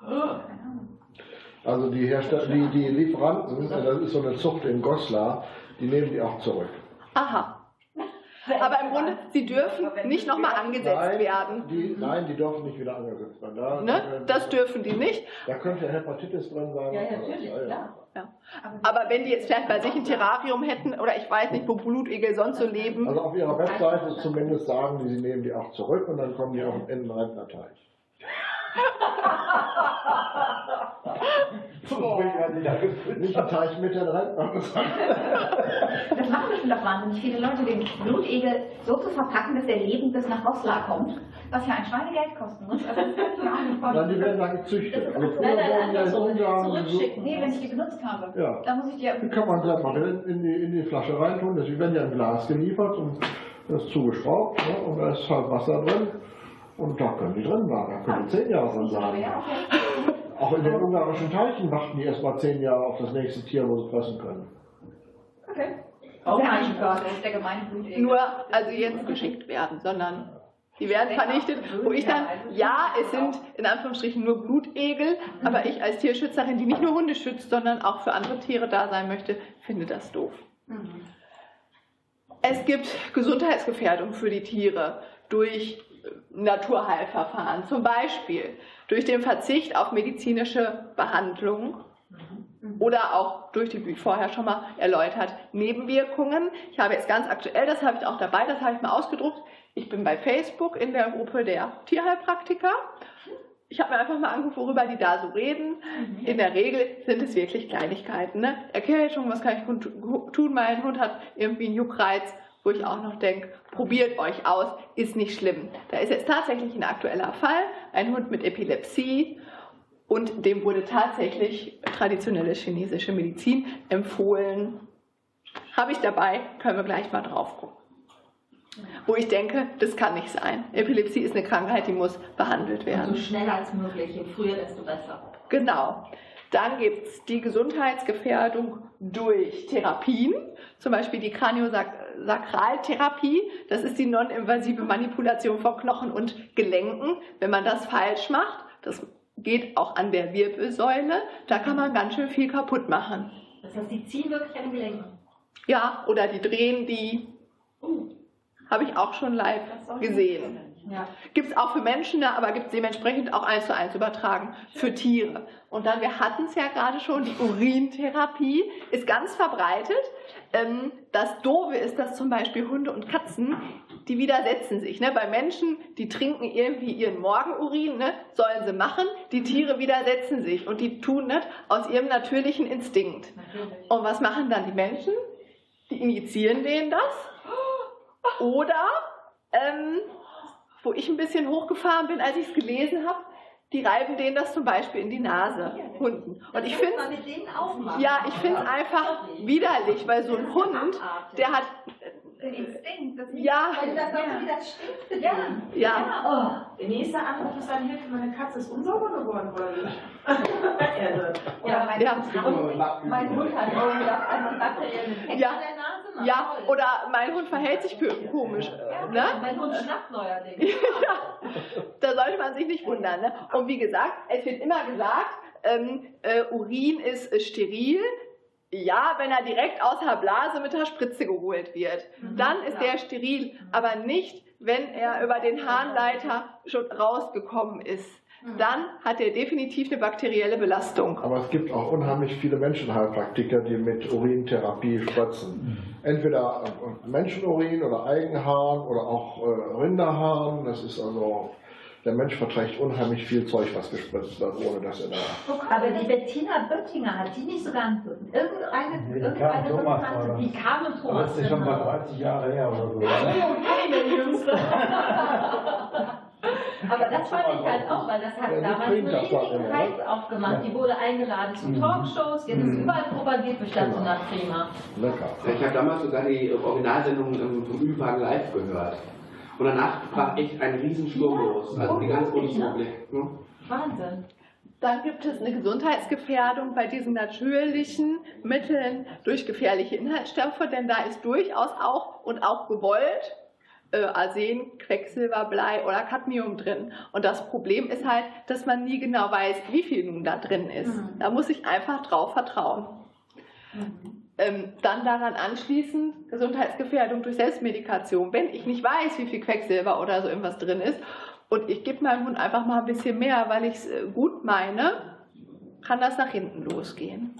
Speaker 4: Also die Hersteller, die Lieferanten, das ist so eine Zucht in Goslar, die nehmen die auch zurück.
Speaker 2: Aha. Aber im Grunde, sie dürfen nicht nochmal angesetzt werden.
Speaker 4: Nein, die dürfen nicht wieder angesetzt werden.
Speaker 2: Das dürfen die nicht.
Speaker 4: Da könnte Hepatitis drin sein.
Speaker 3: Ja, natürlich, klar.
Speaker 2: Ja. Aber wenn die jetzt vielleicht bei sich ein Terrarium hätten, oder ich weiß nicht, wo Blutegel sonst so leben.
Speaker 4: Also auf ihrer Webseite zumindest sagen die, sie nehmen die auch zurück und dann kommen die auch in den Rentnerteich. Nicht ein Teich mit den Rentnern.
Speaker 5: Das machen bestimmt auch wahnsinnig viele Leute, den Blutegel so zu verpacken, dass er lebend bis nach Goslar kommt, was ja ein Schweinegeld kosten muss. Also das kann ich mir auch nicht vorstellen.
Speaker 4: Nein, die werden da gezüchtet. Also
Speaker 5: zurückschicken. Nee, wenn ich die benutzt habe.
Speaker 4: Ja.
Speaker 5: Da muss ich
Speaker 4: die kann man gleich mal in die Flasche reintun. Die werden ja in Glas geliefert und das ist zugeschraubt, ne? Und da ist halt Wasser drin. Und da können die drin bleiben. Da können die 10 Jahre drin sein. Auch in den ungarischen Teichen warten die erst mal 10 Jahre auf das nächste Tier, wo sie fressen können.
Speaker 5: Okay. Oh mein Gott, das ist der gemeine Blutegel.
Speaker 2: Nur, also jetzt geschickt werden, sondern die werden vernichtet. Wo ich dann, ja, es sind in Anführungsstrichen nur Blutegel, aber ich als Tierschützerin, die nicht nur Hunde schützt, sondern auch für andere Tiere da sein möchte, finde das doof. Es gibt Gesundheitsgefährdung für die Tiere durch Naturheilverfahren, zum Beispiel durch den Verzicht auf medizinische Behandlung oder auch durch die, wie vorher schon mal erläutert, Nebenwirkungen. Ich habe jetzt ganz aktuell, das habe ich auch dabei, das habe ich mal ausgedruckt. Ich bin bei Facebook in der Gruppe der Tierheilpraktiker. Ich habe mir einfach mal angeguckt, worüber die da so reden. In der Regel sind es wirklich Kleinigkeiten. Ne? Erkältung, was kann ich tun? Mein Hund hat irgendwie einen Juckreiz, wo ich auch noch denke, probiert euch aus, ist nicht schlimm. Da ist jetzt tatsächlich ein aktueller Fall, ein Hund mit Epilepsie und dem wurde tatsächlich traditionelle chinesische Medizin empfohlen. Habe ich dabei, können wir gleich mal drauf gucken. Wo ich denke, das kann nicht sein. Epilepsie ist eine Krankheit, die muss behandelt werden.
Speaker 3: So schnell als möglich, je früher, desto besser.
Speaker 2: Genau. Dann gibt es die Gesundheitsgefährdung durch Therapien, zum Beispiel die Kraniosakraltherapie. Das ist die non-invasive Manipulation von Knochen und Gelenken. Wenn man das falsch macht, das geht auch an der Wirbelsäule, da kann man ganz schön viel kaputt machen.
Speaker 3: Das heißt, die ziehen wirklich an den Gelenken?
Speaker 2: Ja, oder die drehen die. Habe ich auch schon live gesehen.
Speaker 3: Ja.
Speaker 2: Gibt es auch für Menschen, aber gibt es dementsprechend auch 1:1 übertragen für Tiere. Und dann, wir hatten es ja gerade schon, die Urintherapie ist ganz verbreitet. Das Doofe ist, dass zum Beispiel Hunde und Katzen, die widersetzen sich. Ne? Bei Menschen, die trinken irgendwie ihren Morgenurin, ne? Sollen sie machen. Die Tiere widersetzen sich und die tun das aus ihrem natürlichen Instinkt.
Speaker 3: Natürlich.
Speaker 2: Und was machen dann die Menschen? Die injizieren denen das. Oder, wo ich ein bisschen hochgefahren bin, als ich es gelesen habe, die reiben denen das zum Beispiel in die Nase, Hunden. Und ich finde es einfach widerlich, weil so ein Hund, der hat
Speaker 5: Den Instinkt, das
Speaker 2: ja,
Speaker 3: Weil du das auch so wie das stimmt.
Speaker 2: ja.
Speaker 7: Oh, der nächste Anruf ist dann Hilfe, meine Katze ist unsauber geworden, oder nicht?
Speaker 3: Mein Hund hat auch gedacht, einen bakteriellen Infekt
Speaker 2: Ja.
Speaker 3: an der Nase. Na,
Speaker 2: Ja,
Speaker 3: toll.
Speaker 2: oder mein Hund verhält sich komisch. Ne?
Speaker 3: Mein Hund schnappt neuerdings.
Speaker 2: Ja, da sollte man sich nicht wundern. Ne? Und wie gesagt, es wird immer gesagt, Urin ist steril. Ja, wenn er direkt aus der Blase mit der Spritze geholt wird. Dann ist der steril, aber nicht, wenn er über den Harnleiter schon rausgekommen ist. Dann hat er definitiv eine bakterielle Belastung.
Speaker 4: Aber es gibt auch unheimlich viele Menschenheilpraktiker, die mit Urintherapie spritzen. Entweder Menschenurin oder Eigenharn oder auch Rinderharn. Das ist also, der Mensch verträgt unheimlich viel Zeug, was gespritzt wird, ohne dass er da...
Speaker 3: Aber die Bettina Böttinger, hat die nicht sogar irgendeine Bekannte, die kam und Thomas.
Speaker 10: Das ist schon mal 30 Jahre her oder so.
Speaker 3: Aber das fand ich halt auch, weil das hat damals einen riesigen Hype aufgemacht. Die wurde eingeladen zu Talkshows, jetzt ist überall propagiert, bestand so nach Prima.
Speaker 4: Lecker.
Speaker 8: Ich habe damals sogar die Originalsendung vom Ü-Wagen live gehört. Und danach brach echt ein Riesensturm los. Also die ganze Bundesrepublik.
Speaker 3: Wahnsinn.
Speaker 2: Dann gibt es eine Gesundheitsgefährdung bei diesen natürlichen Mitteln durch gefährliche Inhaltsstoffe, denn da ist durchaus auch und auch gewollt Arsen, Quecksilber, Blei oder Cadmium drin. Und das Problem ist halt, dass man nie genau weiß, wie viel nun da drin ist. Da muss ich einfach drauf vertrauen. Dann daran anschließend Gesundheitsgefährdung durch Selbstmedikation. Wenn ich nicht weiß, wie viel Quecksilber oder so irgendwas drin ist und ich gebe meinem Hund einfach mal ein bisschen mehr, weil ich es gut meine, kann das nach hinten losgehen.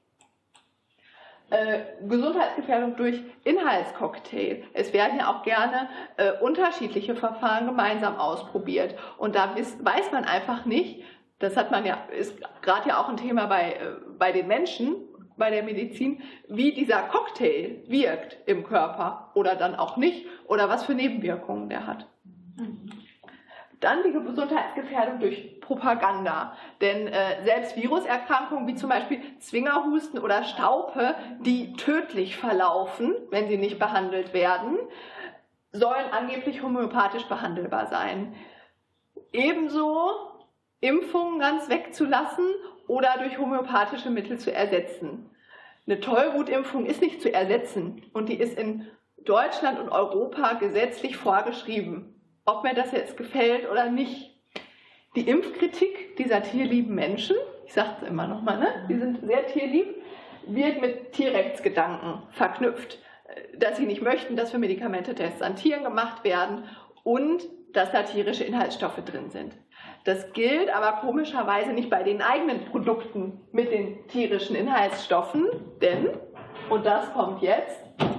Speaker 2: Gesundheitsgefährdung durch Inhaltscocktail. Es werden ja auch gerne unterschiedliche Verfahren gemeinsam ausprobiert. Und da weiß man einfach nicht, das hat man ja, ist gerade ja auch ein Thema bei den Menschen, bei der Medizin, wie dieser Cocktail wirkt im Körper oder dann auch nicht oder was für Nebenwirkungen der hat. Dann die Gesundheitsgefährdung durch Propaganda. Denn selbst Viruserkrankungen wie zum Beispiel Zwingerhusten oder Staupe, die tödlich verlaufen, wenn sie nicht behandelt werden, sollen angeblich homöopathisch behandelbar sein. Ebenso Impfungen ganz wegzulassen oder durch homöopathische Mittel zu ersetzen. Eine Tollwutimpfung ist nicht zu ersetzen und die ist in Deutschland und Europa gesetzlich vorgeschrieben. Ob mir das jetzt gefällt oder nicht. Die Impfkritik dieser tierlieben Menschen, ich sage es immer nochmal, ne? Die sind sehr tierlieb, wird mit Tierrechtsgedanken verknüpft. Dass sie nicht möchten, dass für Medikamentetests an Tieren gemacht werden und dass da tierische Inhaltsstoffe drin sind. Das gilt aber komischerweise nicht bei den eigenen Produkten mit den tierischen Inhaltsstoffen, denn, und das kommt jetzt,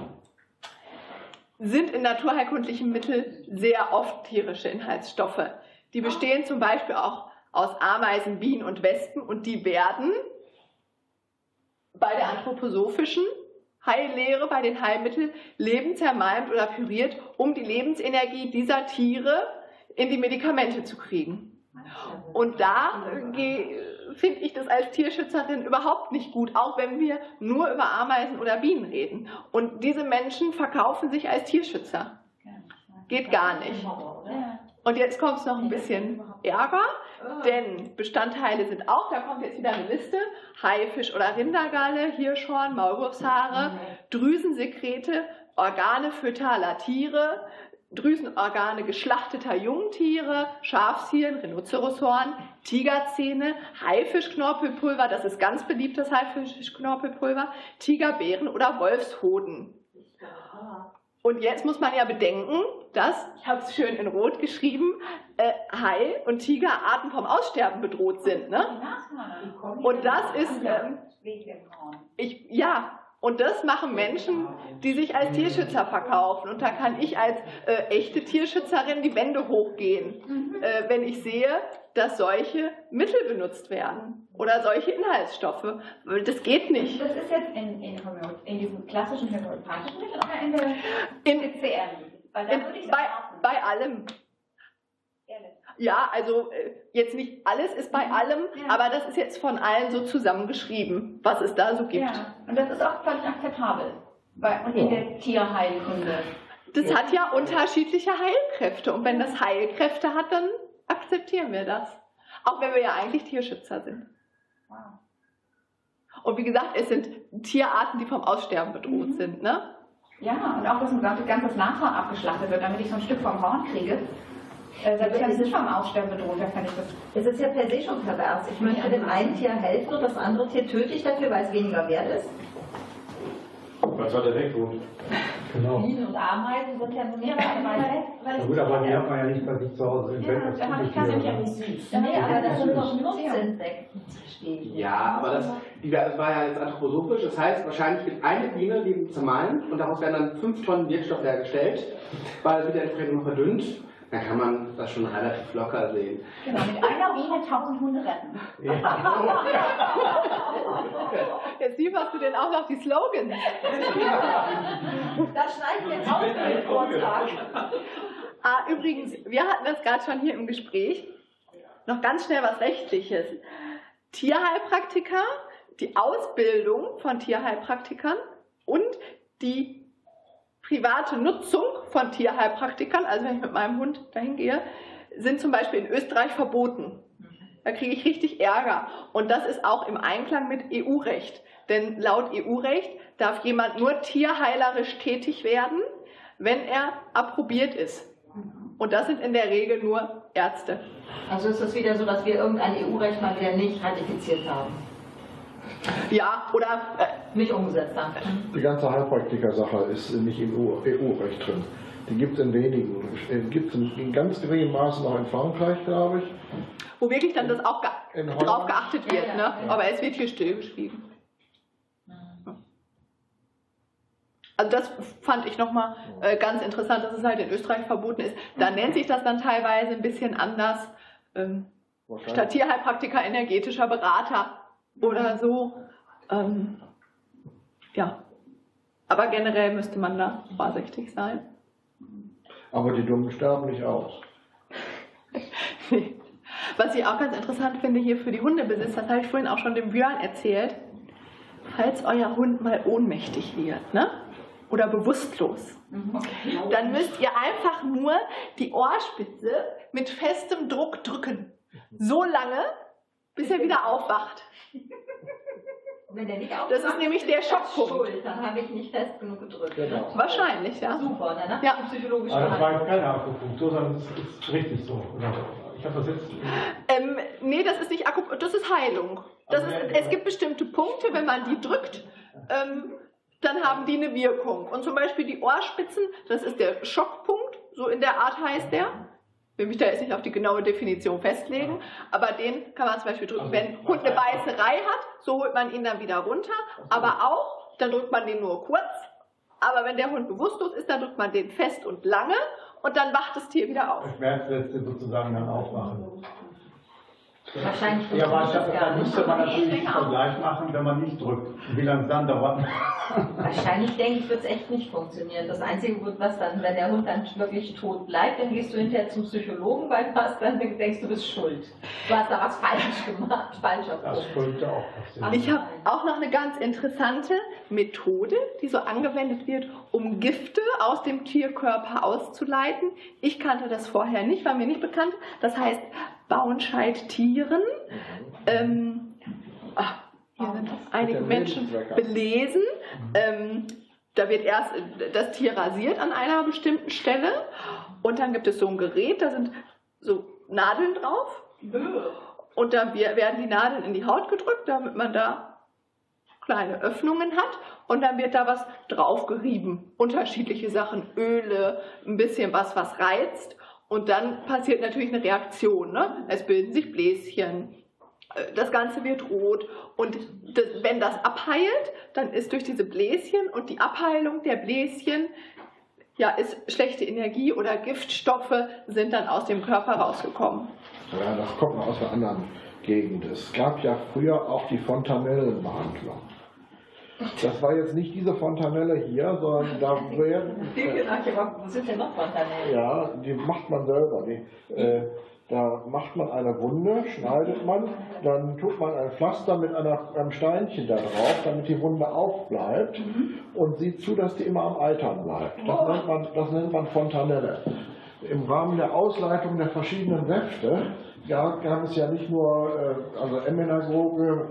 Speaker 2: sind in naturheilkundlichen Mitteln sehr oft tierische Inhaltsstoffe. Die bestehen zum Beispiel auch aus Ameisen, Bienen und Wespen und die werden bei der anthroposophischen Heillehre, bei den Heilmitteln lebenszermalmt oder püriert, um die Lebensenergie dieser Tiere in die Medikamente zu kriegen. Und da finde ich das als Tierschützerin überhaupt nicht gut, auch wenn wir nur über Ameisen oder Bienen reden. Und diese Menschen verkaufen sich als Tierschützer. Geht gar nicht. Und jetzt kommt es noch ein bisschen Ärger, denn Bestandteile sind auch, da kommt jetzt wieder eine Liste, Haifisch oder Rindergalle, Hirschhorn, Maulwurfshaare, Drüsensekrete, Organe fötaler Tiere, Drüsenorgane geschlachteter Jungtiere, Schafshirn, Rhinoceroshorn, Tigerzähne, Haifischknorpelpulver, das ist ganz beliebt, das Haifischknorpelpulver, Tigerbeeren oder Wolfshoden. Und jetzt muss man ja bedenken, dass, ich habe es schön in Rot geschrieben, Hai- und Tigerarten vom Aussterben bedroht sind. Ne? Und das ist, und das machen Menschen, die sich als Tierschützer verkaufen. Und da kann ich als echte Tierschützerin die Wände hochgehen, wenn ich sehe, dass solche Mittel benutzt werden oder solche Inhaltsstoffe. Das geht nicht.
Speaker 5: Das ist jetzt in diesem klassischen homöopathischen Mittel oder in der PCR? Weil da würde ich
Speaker 2: bei allem. Ja, also jetzt nicht alles ist bei allem, aber das ist jetzt von allen so zusammengeschrieben, was es da so gibt.
Speaker 5: Ja. Und das ist auch völlig akzeptabel. Und in der Tierheilkunde.
Speaker 2: Das hat ja unterschiedliche Heilkräfte. Und wenn das Heilkräfte hat, dann akzeptieren wir das. Auch wenn wir ja eigentlich Tierschützer sind. Wow. Und wie gesagt, es sind Tierarten, die vom Aussterben bedroht sind. Ne?
Speaker 5: Ja, und auch, dass ein ganzes Nashorn abgeschlachtet wird, damit ich so ein Stück vom Horn kriege. Selbst wenn es nicht vom Aussterben bedroht, dann kann ich das.
Speaker 3: Es ist ja per se schon pervers. Ich möchte dem einen Tier helfen und das andere Tier töte ich dafür, weil es weniger wert ist.
Speaker 6: Was war der Weggrund?
Speaker 10: Genau.
Speaker 3: Bienen und Ameisen sind ja nur mehr
Speaker 10: Ja gut, aber die hat man ja nicht bei sich zu Hause im Bett.
Speaker 5: Da habe ich ja nicht süß.
Speaker 3: Nee, aber das sind doch Nutzinsekten.
Speaker 8: Ja, aber das war ja jetzt anthroposophisch. Das heißt, wahrscheinlich gibt eine Biene, die zermahlen und daraus werden dann 5 Tonnen Wirkstoff hergestellt, weil es wird ja entsprechend noch verdünnt. Dann kann man das schon relativ locker sehen.
Speaker 5: Genau, mit einer Biene 1000 Hunde retten. Ja.
Speaker 2: Jetzt lieferst du denn auch noch die Slogans.
Speaker 3: Das schneiden wir jetzt raus für den Vortrag.
Speaker 2: Übrigens, wir hatten das gerade schon hier im Gespräch. Noch ganz schnell was Rechtliches. Tierheilpraktiker, die Ausbildung von Tierheilpraktikern und die private Nutzung von Tierheilpraktikern, also wenn ich mit meinem Hund dahin gehe, sind zum Beispiel in Österreich verboten. Da kriege ich richtig Ärger. Und das ist auch im Einklang mit EU-Recht. Denn laut EU-Recht darf jemand nur tierheilerisch tätig werden, wenn er approbiert ist. Und das sind in der Regel nur Ärzte.
Speaker 3: Also ist es wieder so, dass wir irgendein EU-Recht mal wieder nicht ratifiziert haben.
Speaker 2: Ja, oder
Speaker 3: nicht umgesetzt haben.
Speaker 4: Die ganze Heilpraktiker-Sache ist nicht im EU-Recht drin. Die gibt es in wenigen. Gibt es in ganz geringem Maße noch in Frankreich, glaube ich.
Speaker 2: wo wirklich dann das auch drauf geachtet wird. Ja, ne? Aber es wird hier stillgeschrieben. Also das fand ich nochmal ganz interessant, dass es halt in Österreich verboten ist. Da nennt sich das dann teilweise ein bisschen anders. Statt Tierheilpraktiker energetischer Berater oder so. Ja. Aber generell müsste man da vorsichtig sein.
Speaker 4: Aber die Dummen sterben nicht aus.
Speaker 2: Nee. Was ich auch ganz interessant finde hier für die Hundebesitzer, das habe ich vorhin auch schon dem Björn erzählt, falls euer Hund mal ohnmächtig wird, ne? Oder bewusstlos, dann müsst ihr einfach nur die Ohrspitze mit festem Druck drücken. So lange, bis er wieder aufwacht.
Speaker 3: Wenn der nicht aufwacht,
Speaker 2: das ist nämlich der Schockpunkt.
Speaker 3: Schuld, dann habe ich nicht fest genug gedrückt.
Speaker 4: Genau.
Speaker 2: Wahrscheinlich, ja.
Speaker 3: Super, danach
Speaker 2: ja.
Speaker 3: psychologisch.
Speaker 10: Aber das war jetzt keine Akupunktur, sondern es ist richtig so. Ich habe das jetzt.
Speaker 2: Nee, das ist nicht Akupunktur, das ist Heilung. Es gibt bestimmte Punkte, wenn man die drückt, dann haben die eine Wirkung. Und zum Beispiel die Ohrspitzen, das ist der Schockpunkt, so in der Art heißt der. Ich will mich da jetzt nicht auf die genaue Definition festlegen, aber den kann man zum Beispiel drücken. Wenn ein Hund eine Beißerei hat, so holt man ihn dann wieder runter, aber auch, dann drückt man den nur kurz. Aber wenn der Hund bewusstlos ist, dann drückt man den fest und lange und dann wacht das Tier wieder auf.
Speaker 10: Schmerzsätze sozusagen dann aufmachen.
Speaker 3: Wahrscheinlich
Speaker 10: ja, aber da müsste man natürlich einen Vergleich machen, wenn man nicht drückt. Wie lange es dann dauert.
Speaker 3: Wahrscheinlich, denke ich, wird es echt nicht funktionieren. Das Einzige, was dann, wenn der Hund dann wirklich tot bleibt, dann gehst du hinterher zum Psychologen, weil dann denkst du bist schuld. Du hast da was falsch gemacht, falsch
Speaker 10: Das könnte auch passieren.
Speaker 2: Ich habe auch noch eine ganz interessante Methode, die so angewendet wird, um Gifte aus dem Tierkörper auszuleiten. Ich kannte das vorher nicht, war mir nicht bekannt. Das heißt Bauenscheid-Tieren. Hier sind einige Menschen belesen. Da wird erst das Tier rasiert an einer bestimmten Stelle und dann gibt es so ein Gerät, da sind so Nadeln drauf und dann werden die Nadeln in die Haut gedrückt, damit man da kleine Öffnungen hat und dann wird da was drauf gerieben. Unterschiedliche Sachen, Öle, ein bisschen was reizt und dann passiert natürlich eine Reaktion. Ne? Es bilden sich Bläschen. Das Ganze wird rot und wenn das abheilt, dann ist durch diese Bläschen und die Abheilung der Bläschen, ja, ist schlechte Energie oder Giftstoffe sind dann aus dem Körper rausgekommen.
Speaker 4: Ja, das kommt noch aus einer anderen Gegend. Es gab ja früher auch die Fontanellenbehandlung. Das war jetzt nicht diese Fontanelle hier, sondern da werden...
Speaker 3: Wo sind denn noch Fontanellen?
Speaker 4: Ja, die macht man selber. Da macht man eine Wunde, schneidet man, dann tut man ein Pflaster mit einem Steinchen da drauf, damit die Wunde aufbleibt und sieht zu, dass die immer am Altern bleibt. Das nennt man Fontanelle. Im Rahmen der Ausleitung der verschiedenen Säfte gab es ja nicht nur Emenagoge,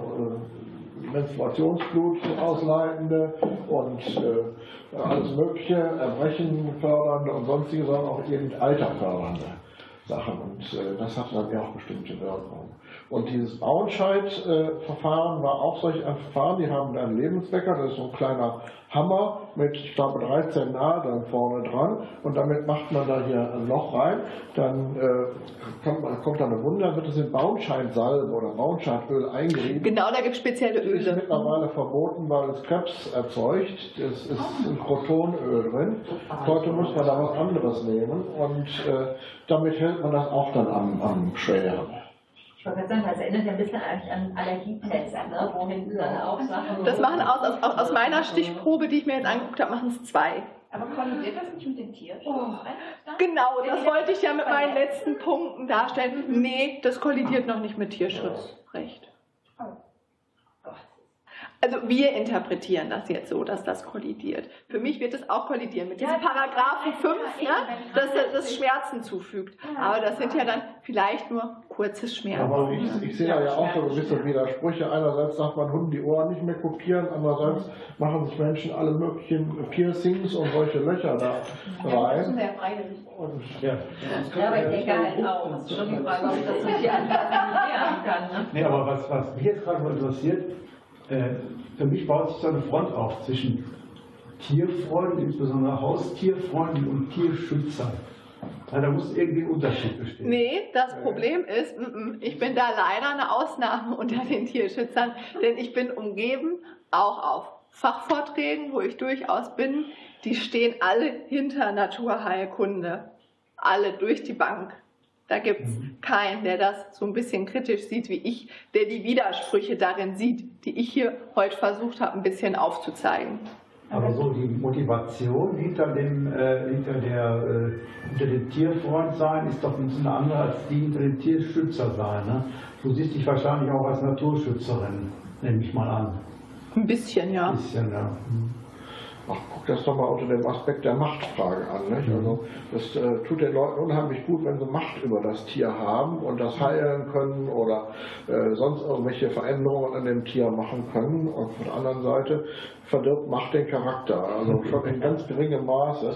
Speaker 4: Menstruationsblut ausleitende und alles mögliche, Erbrechen fördernde und sonstige, sondern auch eben alterfördernde Sachen. Und das hat dann ja auch bestimmte Wirkung. Und dieses Bauenscheid-Verfahren war auch solch ein Verfahren. Die haben einen Lebenswecker, das ist so ein kleiner Hammer mit, ich glaube, 13 Nadeln vorne dran. Und damit macht man da hier ein Loch rein. Dann kommt da eine Wunde, dann wird es in Bauenscheidsalbe oder Bauenscheidöl eingerieben.
Speaker 2: Genau, da gibt es spezielle Öle.
Speaker 4: Das ist mittlerweile verboten, weil es Krebs erzeugt. Es ist ein Protonöl drin. Heute muss man da was anderes nehmen. Und damit hält man das auch dann am Schweren.
Speaker 3: Ich wollte sagen, das erinnert ja ein bisschen eigentlich an Allergietests, ne? Wo hinten dann auch Sachen...
Speaker 2: Das machen aus meiner Stichprobe, die ich mir jetzt angeguckt habe, machen es 2.
Speaker 5: Aber kollidiert das nicht mit dem Tierschutz?
Speaker 2: Genau, das wollte ich ja mit meinen letzten Punkten darstellen. Nee, das kollidiert noch nicht mit Tierschutzrecht. Also wir interpretieren das jetzt so, dass das kollidiert. Für mich wird es auch kollidieren mit diesem Paragraphen 5, ne, dass das Schmerzen zufügt. Aber das sind ja dann vielleicht nur kurze Schmerzen.
Speaker 4: Aber ich sehe ja auch so gewisse Widersprüche. Einerseits darf man Hunden die Ohren nicht mehr kopieren, andererseits machen sich Menschen alle möglichen Piercings und solche Löcher da rein.
Speaker 3: Aber ich denke halt auch, das ist schon die Frage, ob ich das nicht hier anpassen kann. Ne?
Speaker 10: Nee, aber was mich jetzt gerade mal interessiert, Für mich baut sich so eine Front auf zwischen Tierfreunden, insbesondere Haustierfreunden und Tierschützern. Ja, da muss irgendwie ein Unterschied bestehen.
Speaker 2: Nee, das Problem ist, ich bin da leider eine Ausnahme unter den Tierschützern, denn ich bin umgeben, auch auf Fachvorträgen, wo ich durchaus bin, die stehen alle hinter Naturheilkunde. Alle durch die Bank. Da gibt es keinen, der das so ein bisschen kritisch sieht wie ich, der die Widersprüche darin sieht, die ich hier heute versucht habe, ein bisschen aufzuzeigen.
Speaker 10: Aber so die Motivation hinter dem Tierfreund sein ist doch ein bisschen eine andere als die hinter dem Tierschützer sein. Ne? Du siehst dich wahrscheinlich auch als Naturschützerin, nehme ich mal an.
Speaker 2: Ein bisschen, ja.
Speaker 10: Ein bisschen, ja.
Speaker 4: Ach, guck das doch mal unter dem Aspekt der Machtfrage an. Nicht? Also, das tut den Leuten unheimlich gut, wenn sie Macht über das Tier haben und das heilen können oder sonst irgendwelche Veränderungen an dem Tier machen können. Und von der anderen Seite verdirbt Macht den Charakter. Also schon in ganz geringem Maße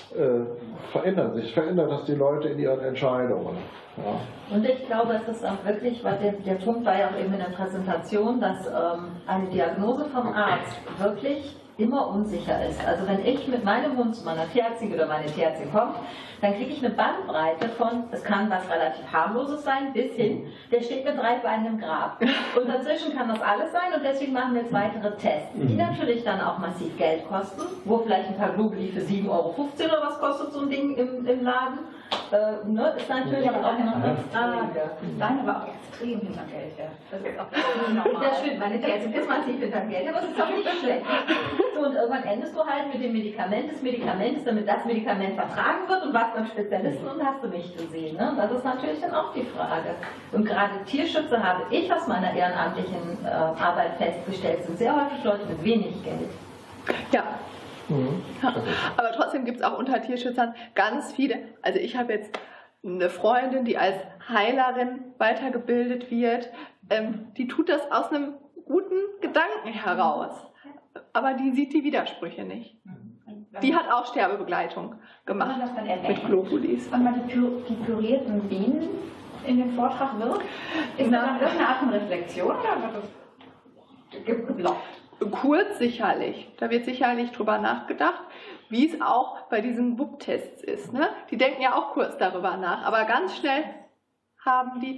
Speaker 4: verändert das die Leute in ihren Entscheidungen. Ja.
Speaker 3: Und ich glaube, es ist auch wirklich, weil der Punkt war ja auch eben in der Präsentation, dass eine Diagnose vom Arzt wirklich immer unsicher ist. Also wenn ich mit meinem Hund zu meiner Tierärztin oder meine Tierärztin kommt, dann kriege ich eine Bandbreite von, es kann was relativ harmloses sein, bis hin, der steht mit 3 Beinen im Grab. Und dazwischen kann das alles sein und deswegen machen wir jetzt weitere Tests, die natürlich dann auch massiv Geld kosten, wo vielleicht ein paar Globuli für 7,15 € oder was kostet so ein Ding im Laden. Ist natürlich aber auch noch eine Frage.
Speaker 5: Deine war auch extrem hinter Geld, ja. Das ist auch normal.
Speaker 3: Das stimmt, meine Tierärztin ist massiv hinter Geld, aber es ist auch nicht schlecht. So, und irgendwann endest du halt mit dem Medikament des Medikaments, damit das Medikament vertragen wird und was beim Spezialisten und hast du nicht gesehen. Ne? Das ist natürlich dann auch die Frage. Und gerade Tierschützer habe ich aus meiner ehrenamtlichen Arbeit festgestellt, sind sehr häufig Leute mit wenig Geld.
Speaker 2: Ja. Ja. Aber trotzdem gibt es auch unter Tierschützern ganz viele. Also ich habe jetzt eine Freundin, die als Heilerin weitergebildet wird. Die tut das aus einem guten Gedanken heraus. Aber die sieht die Widersprüche nicht. Die hat auch Sterbebegleitung gemacht mit Globulis.
Speaker 5: Und mal die pürierten Bienen in den Vortrag wirkt? Ist das dann irgendeine Art von Reflexion oder wird das geblockt?
Speaker 2: Kurz sicherlich. Da wird sicherlich drüber nachgedacht, wie es auch bei diesen WUP-Tests ist. Ne? Die denken ja auch kurz darüber nach, aber ganz schnell haben die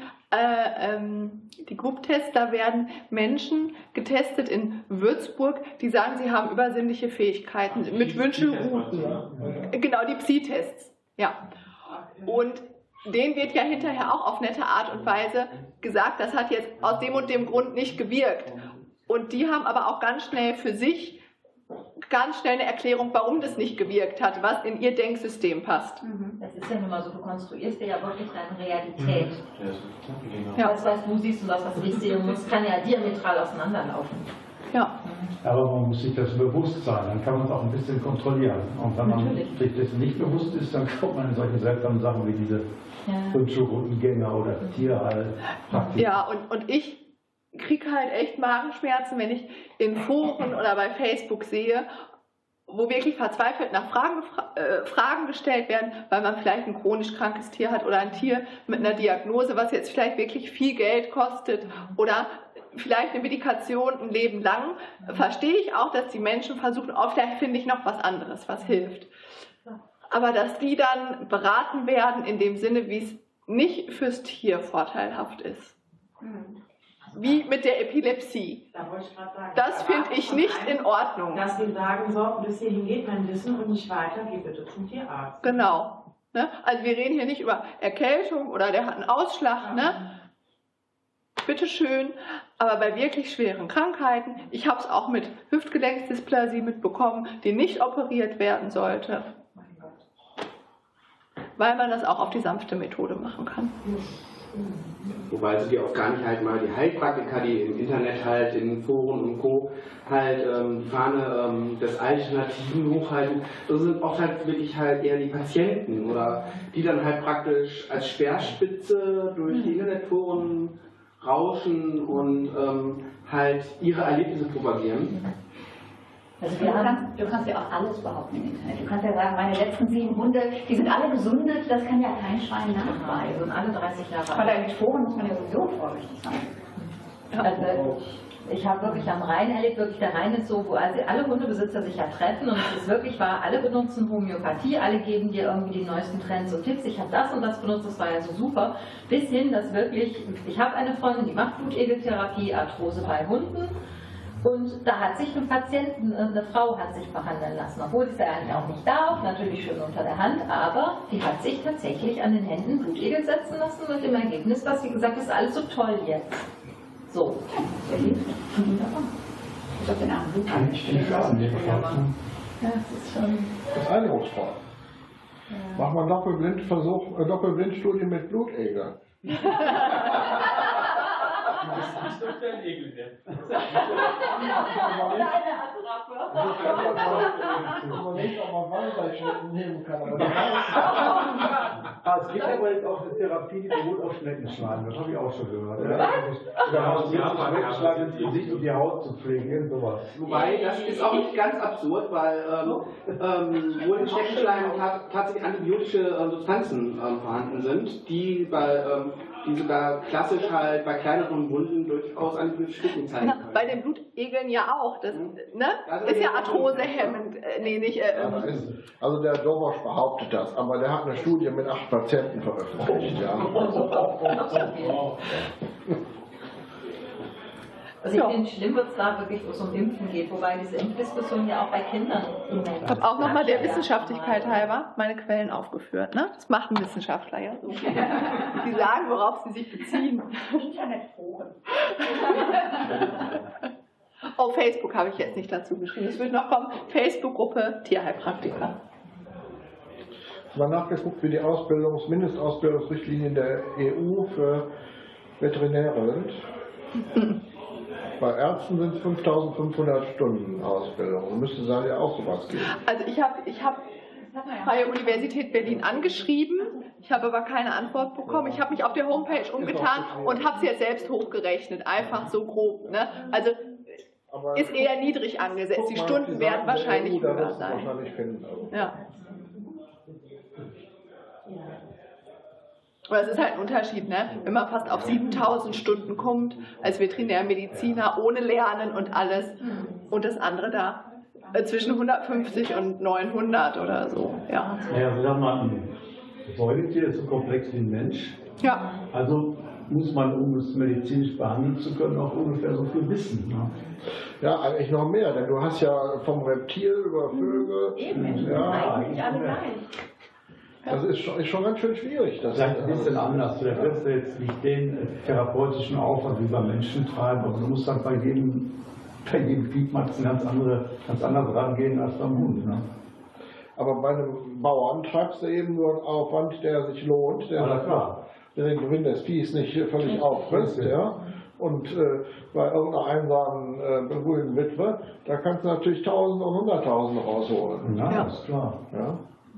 Speaker 2: WUP-Tests, da werden Menschen getestet in Würzburg, die sagen, sie haben übersinnliche Fähigkeiten mit Wünschelruten. Genau, die Psi-Tests. Ja. Und denen wird ja hinterher auch auf nette Art und Weise gesagt, das hat jetzt aus dem und dem Grund nicht gewirkt. Und die haben aber auch ganz schnell für sich ganz schnell eine Erklärung, warum das nicht gewirkt hat, was in ihr Denksystem passt.
Speaker 3: Das ist ja nun mal so, du konstruierst dir ja wirklich deine Realität. Ja. Das, was du siehst und das, was ich sehe, kann ja diametral auseinanderlaufen.
Speaker 2: Ja.
Speaker 10: Aber man muss sich das bewusst sein, dann kann man es auch ein bisschen kontrollieren. Und wenn man sich dessen nicht bewusst ist, dann kommt man in solche seltsamen Sachen wie diese Wünschelroutengänger oder Tierheilpraktiken.
Speaker 2: Ja, und ich kriege halt echt Magenschmerzen, wenn ich in Foren oder bei Facebook sehe, wo wirklich verzweifelt nach Fragen gestellt werden, weil man vielleicht ein chronisch krankes Tier hat oder ein Tier mit einer Diagnose, was jetzt vielleicht wirklich viel Geld kostet oder vielleicht eine Medikation ein Leben lang. Verstehe ich auch, dass die Menschen versuchen, vielleicht finde ich noch was anderes, was hilft. Aber dass die dann beraten werden in dem Sinne, wie es nicht fürs Tier vorteilhaft ist. Wie mit der Epilepsie.
Speaker 7: Da wollte ich gerade sagen.
Speaker 2: Das finde ich nicht in Ordnung.
Speaker 7: Dass die sagen, so, bis hierhin geht mein Wissen und nicht weiter, geh bitte zum Tierarzt.
Speaker 2: Genau. Ne? Also wir reden hier nicht über Erkältung oder der hat einen Ausschlag. Ne? Bitteschön. Aber bei wirklich schweren Krankheiten, ich habe es auch mit Hüftgelenksdysplasie mitbekommen, die nicht operiert werden sollte. Weil man das auch auf die sanfte Methode machen kann.
Speaker 8: Wobei sie die auch gar nicht halt mal die Heilpraktiker, die im Internet halt, in Foren und Co. halt die Fahne des Alternativen hochhalten, das sind oft halt wirklich halt eher die Patienten oder die dann halt praktisch als Speerspitze durch die Internetforen rauschen und halt ihre Erlebnisse propagieren.
Speaker 5: Also du kannst ja auch alles behaupten im Internet. Du kannst ja sagen, meine letzten 7 Hunde, die sind alle gesundet, das kann ja kein Schwein nachweisen.
Speaker 3: Und alle 30 Jahre alt.
Speaker 5: Aber in den Foren muss man ja sowieso vorsichtig sein.
Speaker 10: Also
Speaker 3: Ich habe wirklich am Rhein erlebt, wirklich der Rhein ist so, wo also alle Hundebesitzer sich ja treffen und es ist wirklich wahr, alle benutzen Homöopathie, alle geben dir irgendwie die neuesten Trends und Tipps, ich habe das und das benutzt, das war ja so super, bis hin, dass wirklich, ich habe eine Freundin, die macht Blutegeltherapie, Arthrose bei Hunden und da hat sich eine Frau hat sich behandeln lassen, obwohl sie es ja eigentlich auch nicht darf, natürlich schön unter der Hand, aber die hat sich tatsächlich an den Händen Blutegel setzen lassen mit dem Ergebnis, dass sie gesagt hat, ist alles so toll jetzt. So.
Speaker 5: Ich habe den Arm.
Speaker 3: Ja, das ist schon.
Speaker 4: Das ist eindrucksvoll. Mach mal Doppelblindstudie mit Blutegel.
Speaker 6: Das ist nicht durch dein Egel jetzt.
Speaker 4: Überlegt, ob man Walleischnecken nehmen kann.
Speaker 10: Es gibt aber jetzt auch eine Therapie, die beruht auf Schneckenschleim. Das habe ich auch schon gehört. Schneckenschleim ins Gesicht und die Haut zu pflegen, sowas.
Speaker 8: Wobei, das ist auch nicht ganz absurd, weil wohl im Schneckenschleim tatsächlich antibiotische Substanzen vorhanden sind, die sogar klassisch halt bei kleineren Wunden durchaus antibiotische Wirkung zeigen können.
Speaker 2: Bei den Blutegeln ja auch. Das ne?
Speaker 8: Also
Speaker 2: ist ja arthrosehemmend. Nee, nicht.
Speaker 4: Also der Dobosch behauptet das, aber der hat eine Studie mit 8 Patienten veröffentlicht. Ja.
Speaker 3: Also ich finde, schlimm wird es da wirklich, wo es um Impfen geht, wobei diese Impfdiskussion ja auch bei Kindern.
Speaker 2: Ich habe auch nochmal der Wissenschaftlichkeit halber meine Quellen aufgeführt. Ne? Das macht ein Wissenschaftler ja so. Die sagen, worauf sie sich beziehen.
Speaker 5: Internetforen.
Speaker 2: Oh, Facebook habe ich jetzt nicht dazu geschrieben. Es wird noch kommen. Facebook-Gruppe Tierheilpraktiker.
Speaker 4: Mal nachgeguckt, wie die Mindestausbildungsrichtlinien der EU für Veterinäre sind. Bei Ärzten sind es 5500 Stunden Ausbildung. Da müsste es ja auch sowas geben.
Speaker 2: Also ich habe Freie Universität Berlin angeschrieben. Ich habe aber keine Antwort bekommen. Ich habe mich auf der Homepage umgetan und habe es jetzt selbst hochgerechnet. Einfach so grob. Ne? Also ist eher niedrig angesetzt. Die Stunden werden wahrscheinlich höher sein. Ja. Aber es ist halt ein Unterschied, ne? Wenn man fast auf 7000 Stunden kommt, als Veterinärmediziner ohne Lernen und alles, und das andere da zwischen 150 und 900 oder so. Ja,
Speaker 10: ja, sag mal, ein Säugetier ist so komplex wie ein Mensch.
Speaker 2: Ja.
Speaker 10: Also muss man, um es medizinisch behandeln zu können, auch ungefähr so viel wissen. Ne?
Speaker 4: Ja, eigentlich noch mehr, denn du hast ja vom Reptil über Vögel.
Speaker 5: Eben,
Speaker 4: ja,
Speaker 5: eigentlich alle gleich.
Speaker 4: Das ist schon ganz schön schwierig. Das
Speaker 10: vielleicht ein bisschen anders. Du wirst jetzt nicht den therapeutischen Aufwand wie beim Menschen treiben, aber du musst dann bei jedem Gliedmatzen ganz anders rangehen als beim Hund. Ne?
Speaker 4: Aber bei einem Bauern treibst du eben nur einen Aufwand, der sich lohnt, der den Gewinn des Viehs nicht völlig auffrisst. Ja? Und bei irgendeiner einsamen grünen Witwe, da kannst du natürlich Tausende und Hunderttausende rausholen.
Speaker 10: Ja, ist klar.
Speaker 4: Ja?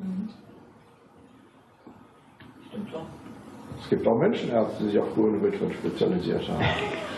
Speaker 4: Es gibt auch Menschenärzte, die sich auf grüne Witwen spezialisiert haben.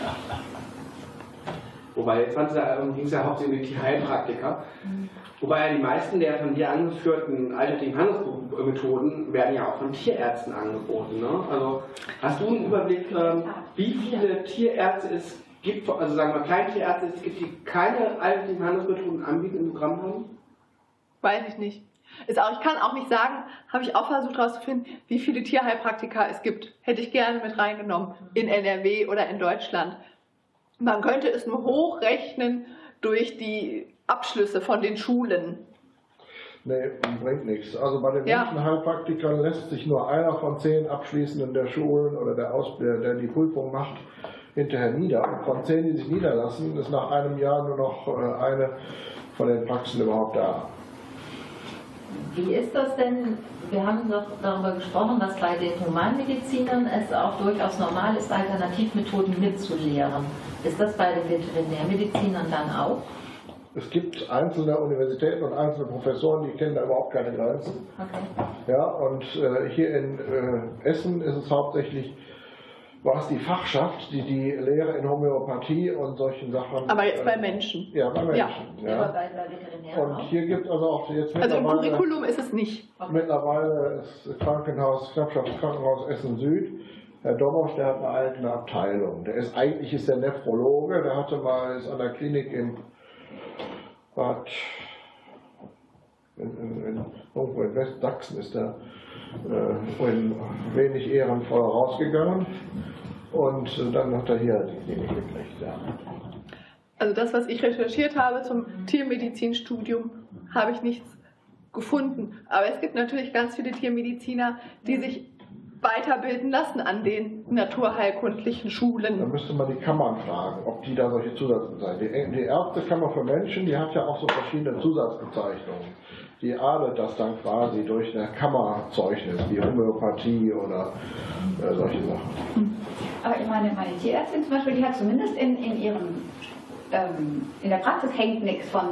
Speaker 8: Wobei, jetzt ging es ja hauptsächlich um die Tierheilpraktiker. Wobei ja die meisten der von dir angeführten alternativen Handelsmethoden werden ja auch von Tierärzten angeboten. Ne? Also hast du einen Überblick, wie viele Tierärzte es gibt, also sagen wir Kleintierärzte es gibt, die keine alternativen Handelsmethoden anbieten im Programm haben?
Speaker 2: Weiß ich nicht. Ich kann auch nicht sagen, habe ich auch versucht herauszufinden, wie viele Tierheilpraktiker es gibt. Hätte ich gerne mit reingenommen, in NRW oder in Deutschland. Man könnte es nur hochrechnen durch die Abschlüsse von den Schulen.
Speaker 4: Nee, bringt nichts. Also bei den Menschenheilpraktikern lässt sich nur einer von 10 Abschließenden der Schulen oder der Ausbilder, der die Prüfung macht, hinterher nieder. Und von 10, die sich niederlassen, ist nach einem Jahr nur noch eine von den Praxen überhaupt da.
Speaker 3: Wie ist das denn? Wir haben doch darüber gesprochen, dass bei den Humanmedizinern es auch durchaus normal ist, Alternativmethoden mitzulehren. Ist das bei den Veterinärmedizinern dann auch?
Speaker 4: Es gibt einzelne Universitäten und einzelne Professoren, die kennen da überhaupt keine Grenzen. Okay. Ja, und hier in Essen ist es hauptsächlich, war es die Fachschaft, die die Lehre in Homöopathie und solchen Sachen.
Speaker 2: Aber jetzt bei Menschen.
Speaker 4: Ja, bei Menschen. Ja.
Speaker 3: Aber bei Veterinären
Speaker 4: und hier gibt es also auch jetzt
Speaker 2: also im Curriculum ist es nicht.
Speaker 4: Mittlerweile ist Krankenhaus, Knappschaft Krankenhaus Essen Süd, Herr Dobosch, der hat eine eigene Abteilung. Eigentlich ist der Nephrologe, der ist an der Klinik in Bad, irgendwo in Westsachsen ist er in wenig ehrenvoll rausgegangen und dann hat er hier die Klinik gekriegt. Ja.
Speaker 2: Also das, was ich recherchiert habe zum Tiermedizinstudium, habe ich nichts gefunden. Aber es gibt natürlich ganz viele Tiermediziner, die sich weiterbilden lassen an den naturheilkundlichen Schulen.
Speaker 4: Da müsste man die Kammern fragen, ob die da solche Zusatzbezeichnungen. Die Ärztekammer für Menschen, die hat ja auch so verschiedene Zusatzbezeichnungen. Die adelt das dann quasi durch eine Kammerzeugnis, wie Homöopathie oder solche Sachen.
Speaker 5: Aber ich meine Tierärztin zum Beispiel, die hat zumindest in der Praxis hängt nichts von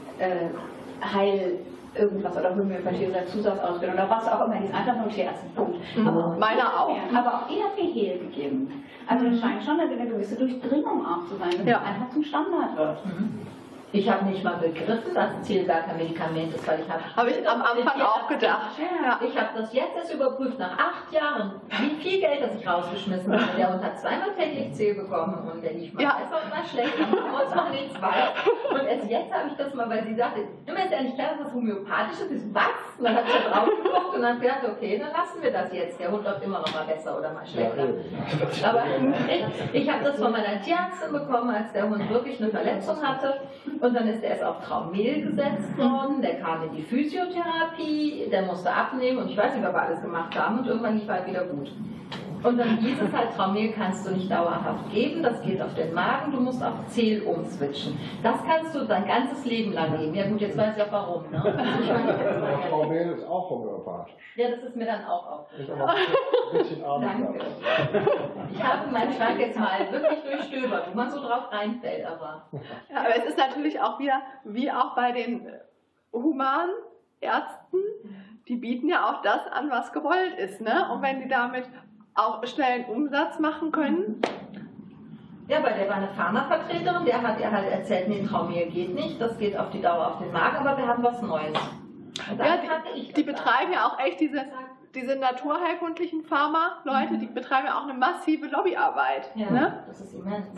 Speaker 5: Heil irgendwas oder Homöopathie oder Zusatzausbildung oder was auch immer, die ist einfach nur Tierärztin. Punkt.
Speaker 2: Meiner auch.
Speaker 5: Aber auch die hat Hehl gegeben. Also es scheint schon eine gewisse Durchdringung auch zu sein, dass es einfach zum Standard wird.
Speaker 3: Ich habe nicht mal begriffen, dass Zielberg ein Medikament ist, weil ich
Speaker 2: habe ich am Anfang auch gedacht.
Speaker 3: Ja. Ich habe das jetzt erst überprüft, nach 8 Jahren, wie viel Geld das ich rausgeschmissen habe. Der Hund hat 2-mal täglich Ziel bekommen und der lief mal besser und mal schlecht, aber uns noch nichts weiß. Und erst jetzt habe ich das mal, weil sie sagte, immer ist ja nicht klar, dass das homöopathisch ist. Was? Und dann hat sie da drauf geguckt und dann gesagt, okay, dann lassen wir das jetzt. Der Hund läuft immer noch mal besser oder mal schlechter. Aber ich habe das von meiner Tierärztin bekommen, als der Hund wirklich eine Verletzung hatte. Und dann ist er erst auf Traumel gesetzt worden, der kam in die Physiotherapie, der musste abnehmen und ich weiß nicht, was wir alles gemacht haben und irgendwann lief halt wieder gut. Und dann hieß es halt, Traumel kannst du nicht dauerhaft geben, das geht auf den Magen, du musst auf Zehl umswitchen. Das kannst du dein ganzes Leben lang geben. Ja gut, jetzt weiß ich auch warum. Ne?
Speaker 4: Traumel ist auch homöopathisch.
Speaker 3: Ja, das ist mir dann auch aufgefallen.
Speaker 4: Ein bisschen
Speaker 3: Danke. Ich habe meinen Schrank jetzt mal wirklich durchstöbert, wo man so drauf reinfällt. Aber
Speaker 2: es ist natürlich auch wieder, wie auch bei den Humanärzten, die bieten ja auch das an, was gewollt ist. Ne? Und wenn die damit auch schnell einen Umsatz machen können.
Speaker 3: Ja, weil der war eine Pharmavertreterin, der hat ihr halt erzählt, nee, Traumel geht nicht, das geht auf die Dauer auf den Magen, aber wir haben was Neues.
Speaker 2: Ja, die betreiben ja auch echt diese naturheilkundlichen Pharma-Leute, die betreiben ja auch eine massive Lobbyarbeit.
Speaker 3: Ja,
Speaker 2: ne?
Speaker 3: Das ist immens.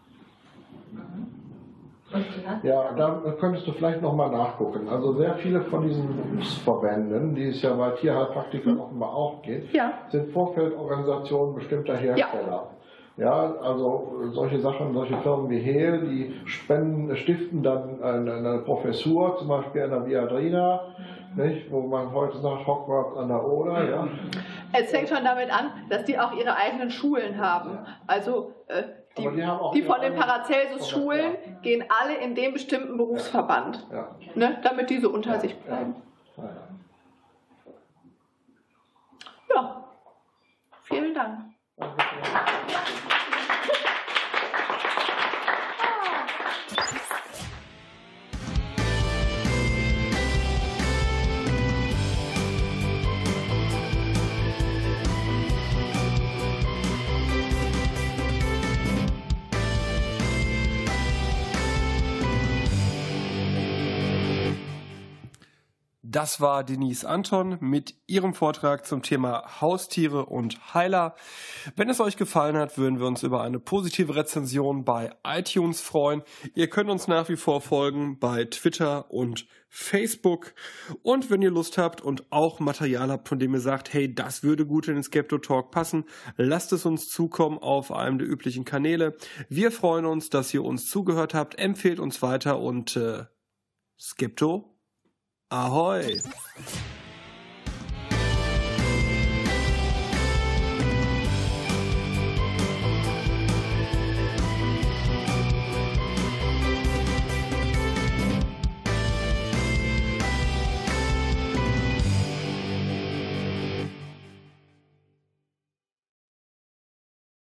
Speaker 4: Ja, da könntest du vielleicht nochmal nachgucken. Also sehr viele von diesen Berufsverbänden, die es ja bei Tierheilpraktikern offenbar auch gibt, sind Vorfeldorganisationen bestimmter Hersteller. Ja, also solche Sachen, solche Firmen wie Hehl, die stiften dann eine Professur, zum Beispiel an der Viadrina, nicht, wo man heute sagt, Hogwarts an der Oder. Ja.
Speaker 2: Es fängt schon damit an, dass die auch ihre eigenen Schulen haben. Also die von den Paracelsus-Schulen gehen alle in den bestimmten Berufsverband, ne, damit die so unter sich bleiben. Ja, vielen Dank.
Speaker 1: Das war Denise Anton mit ihrem Vortrag zum Thema Haustiere und Heiler. Wenn es euch gefallen hat, würden wir uns über eine positive Rezension bei iTunes freuen. Ihr könnt uns nach wie vor folgen bei Twitter und Facebook. Und wenn ihr Lust habt und auch Material habt, von dem ihr sagt, hey, das würde gut in den Skepto-Talk passen, lasst es uns zukommen auf einem der üblichen Kanäle. Wir freuen uns, dass ihr uns zugehört habt. Empfehlt uns weiter und Skepto Ahoi!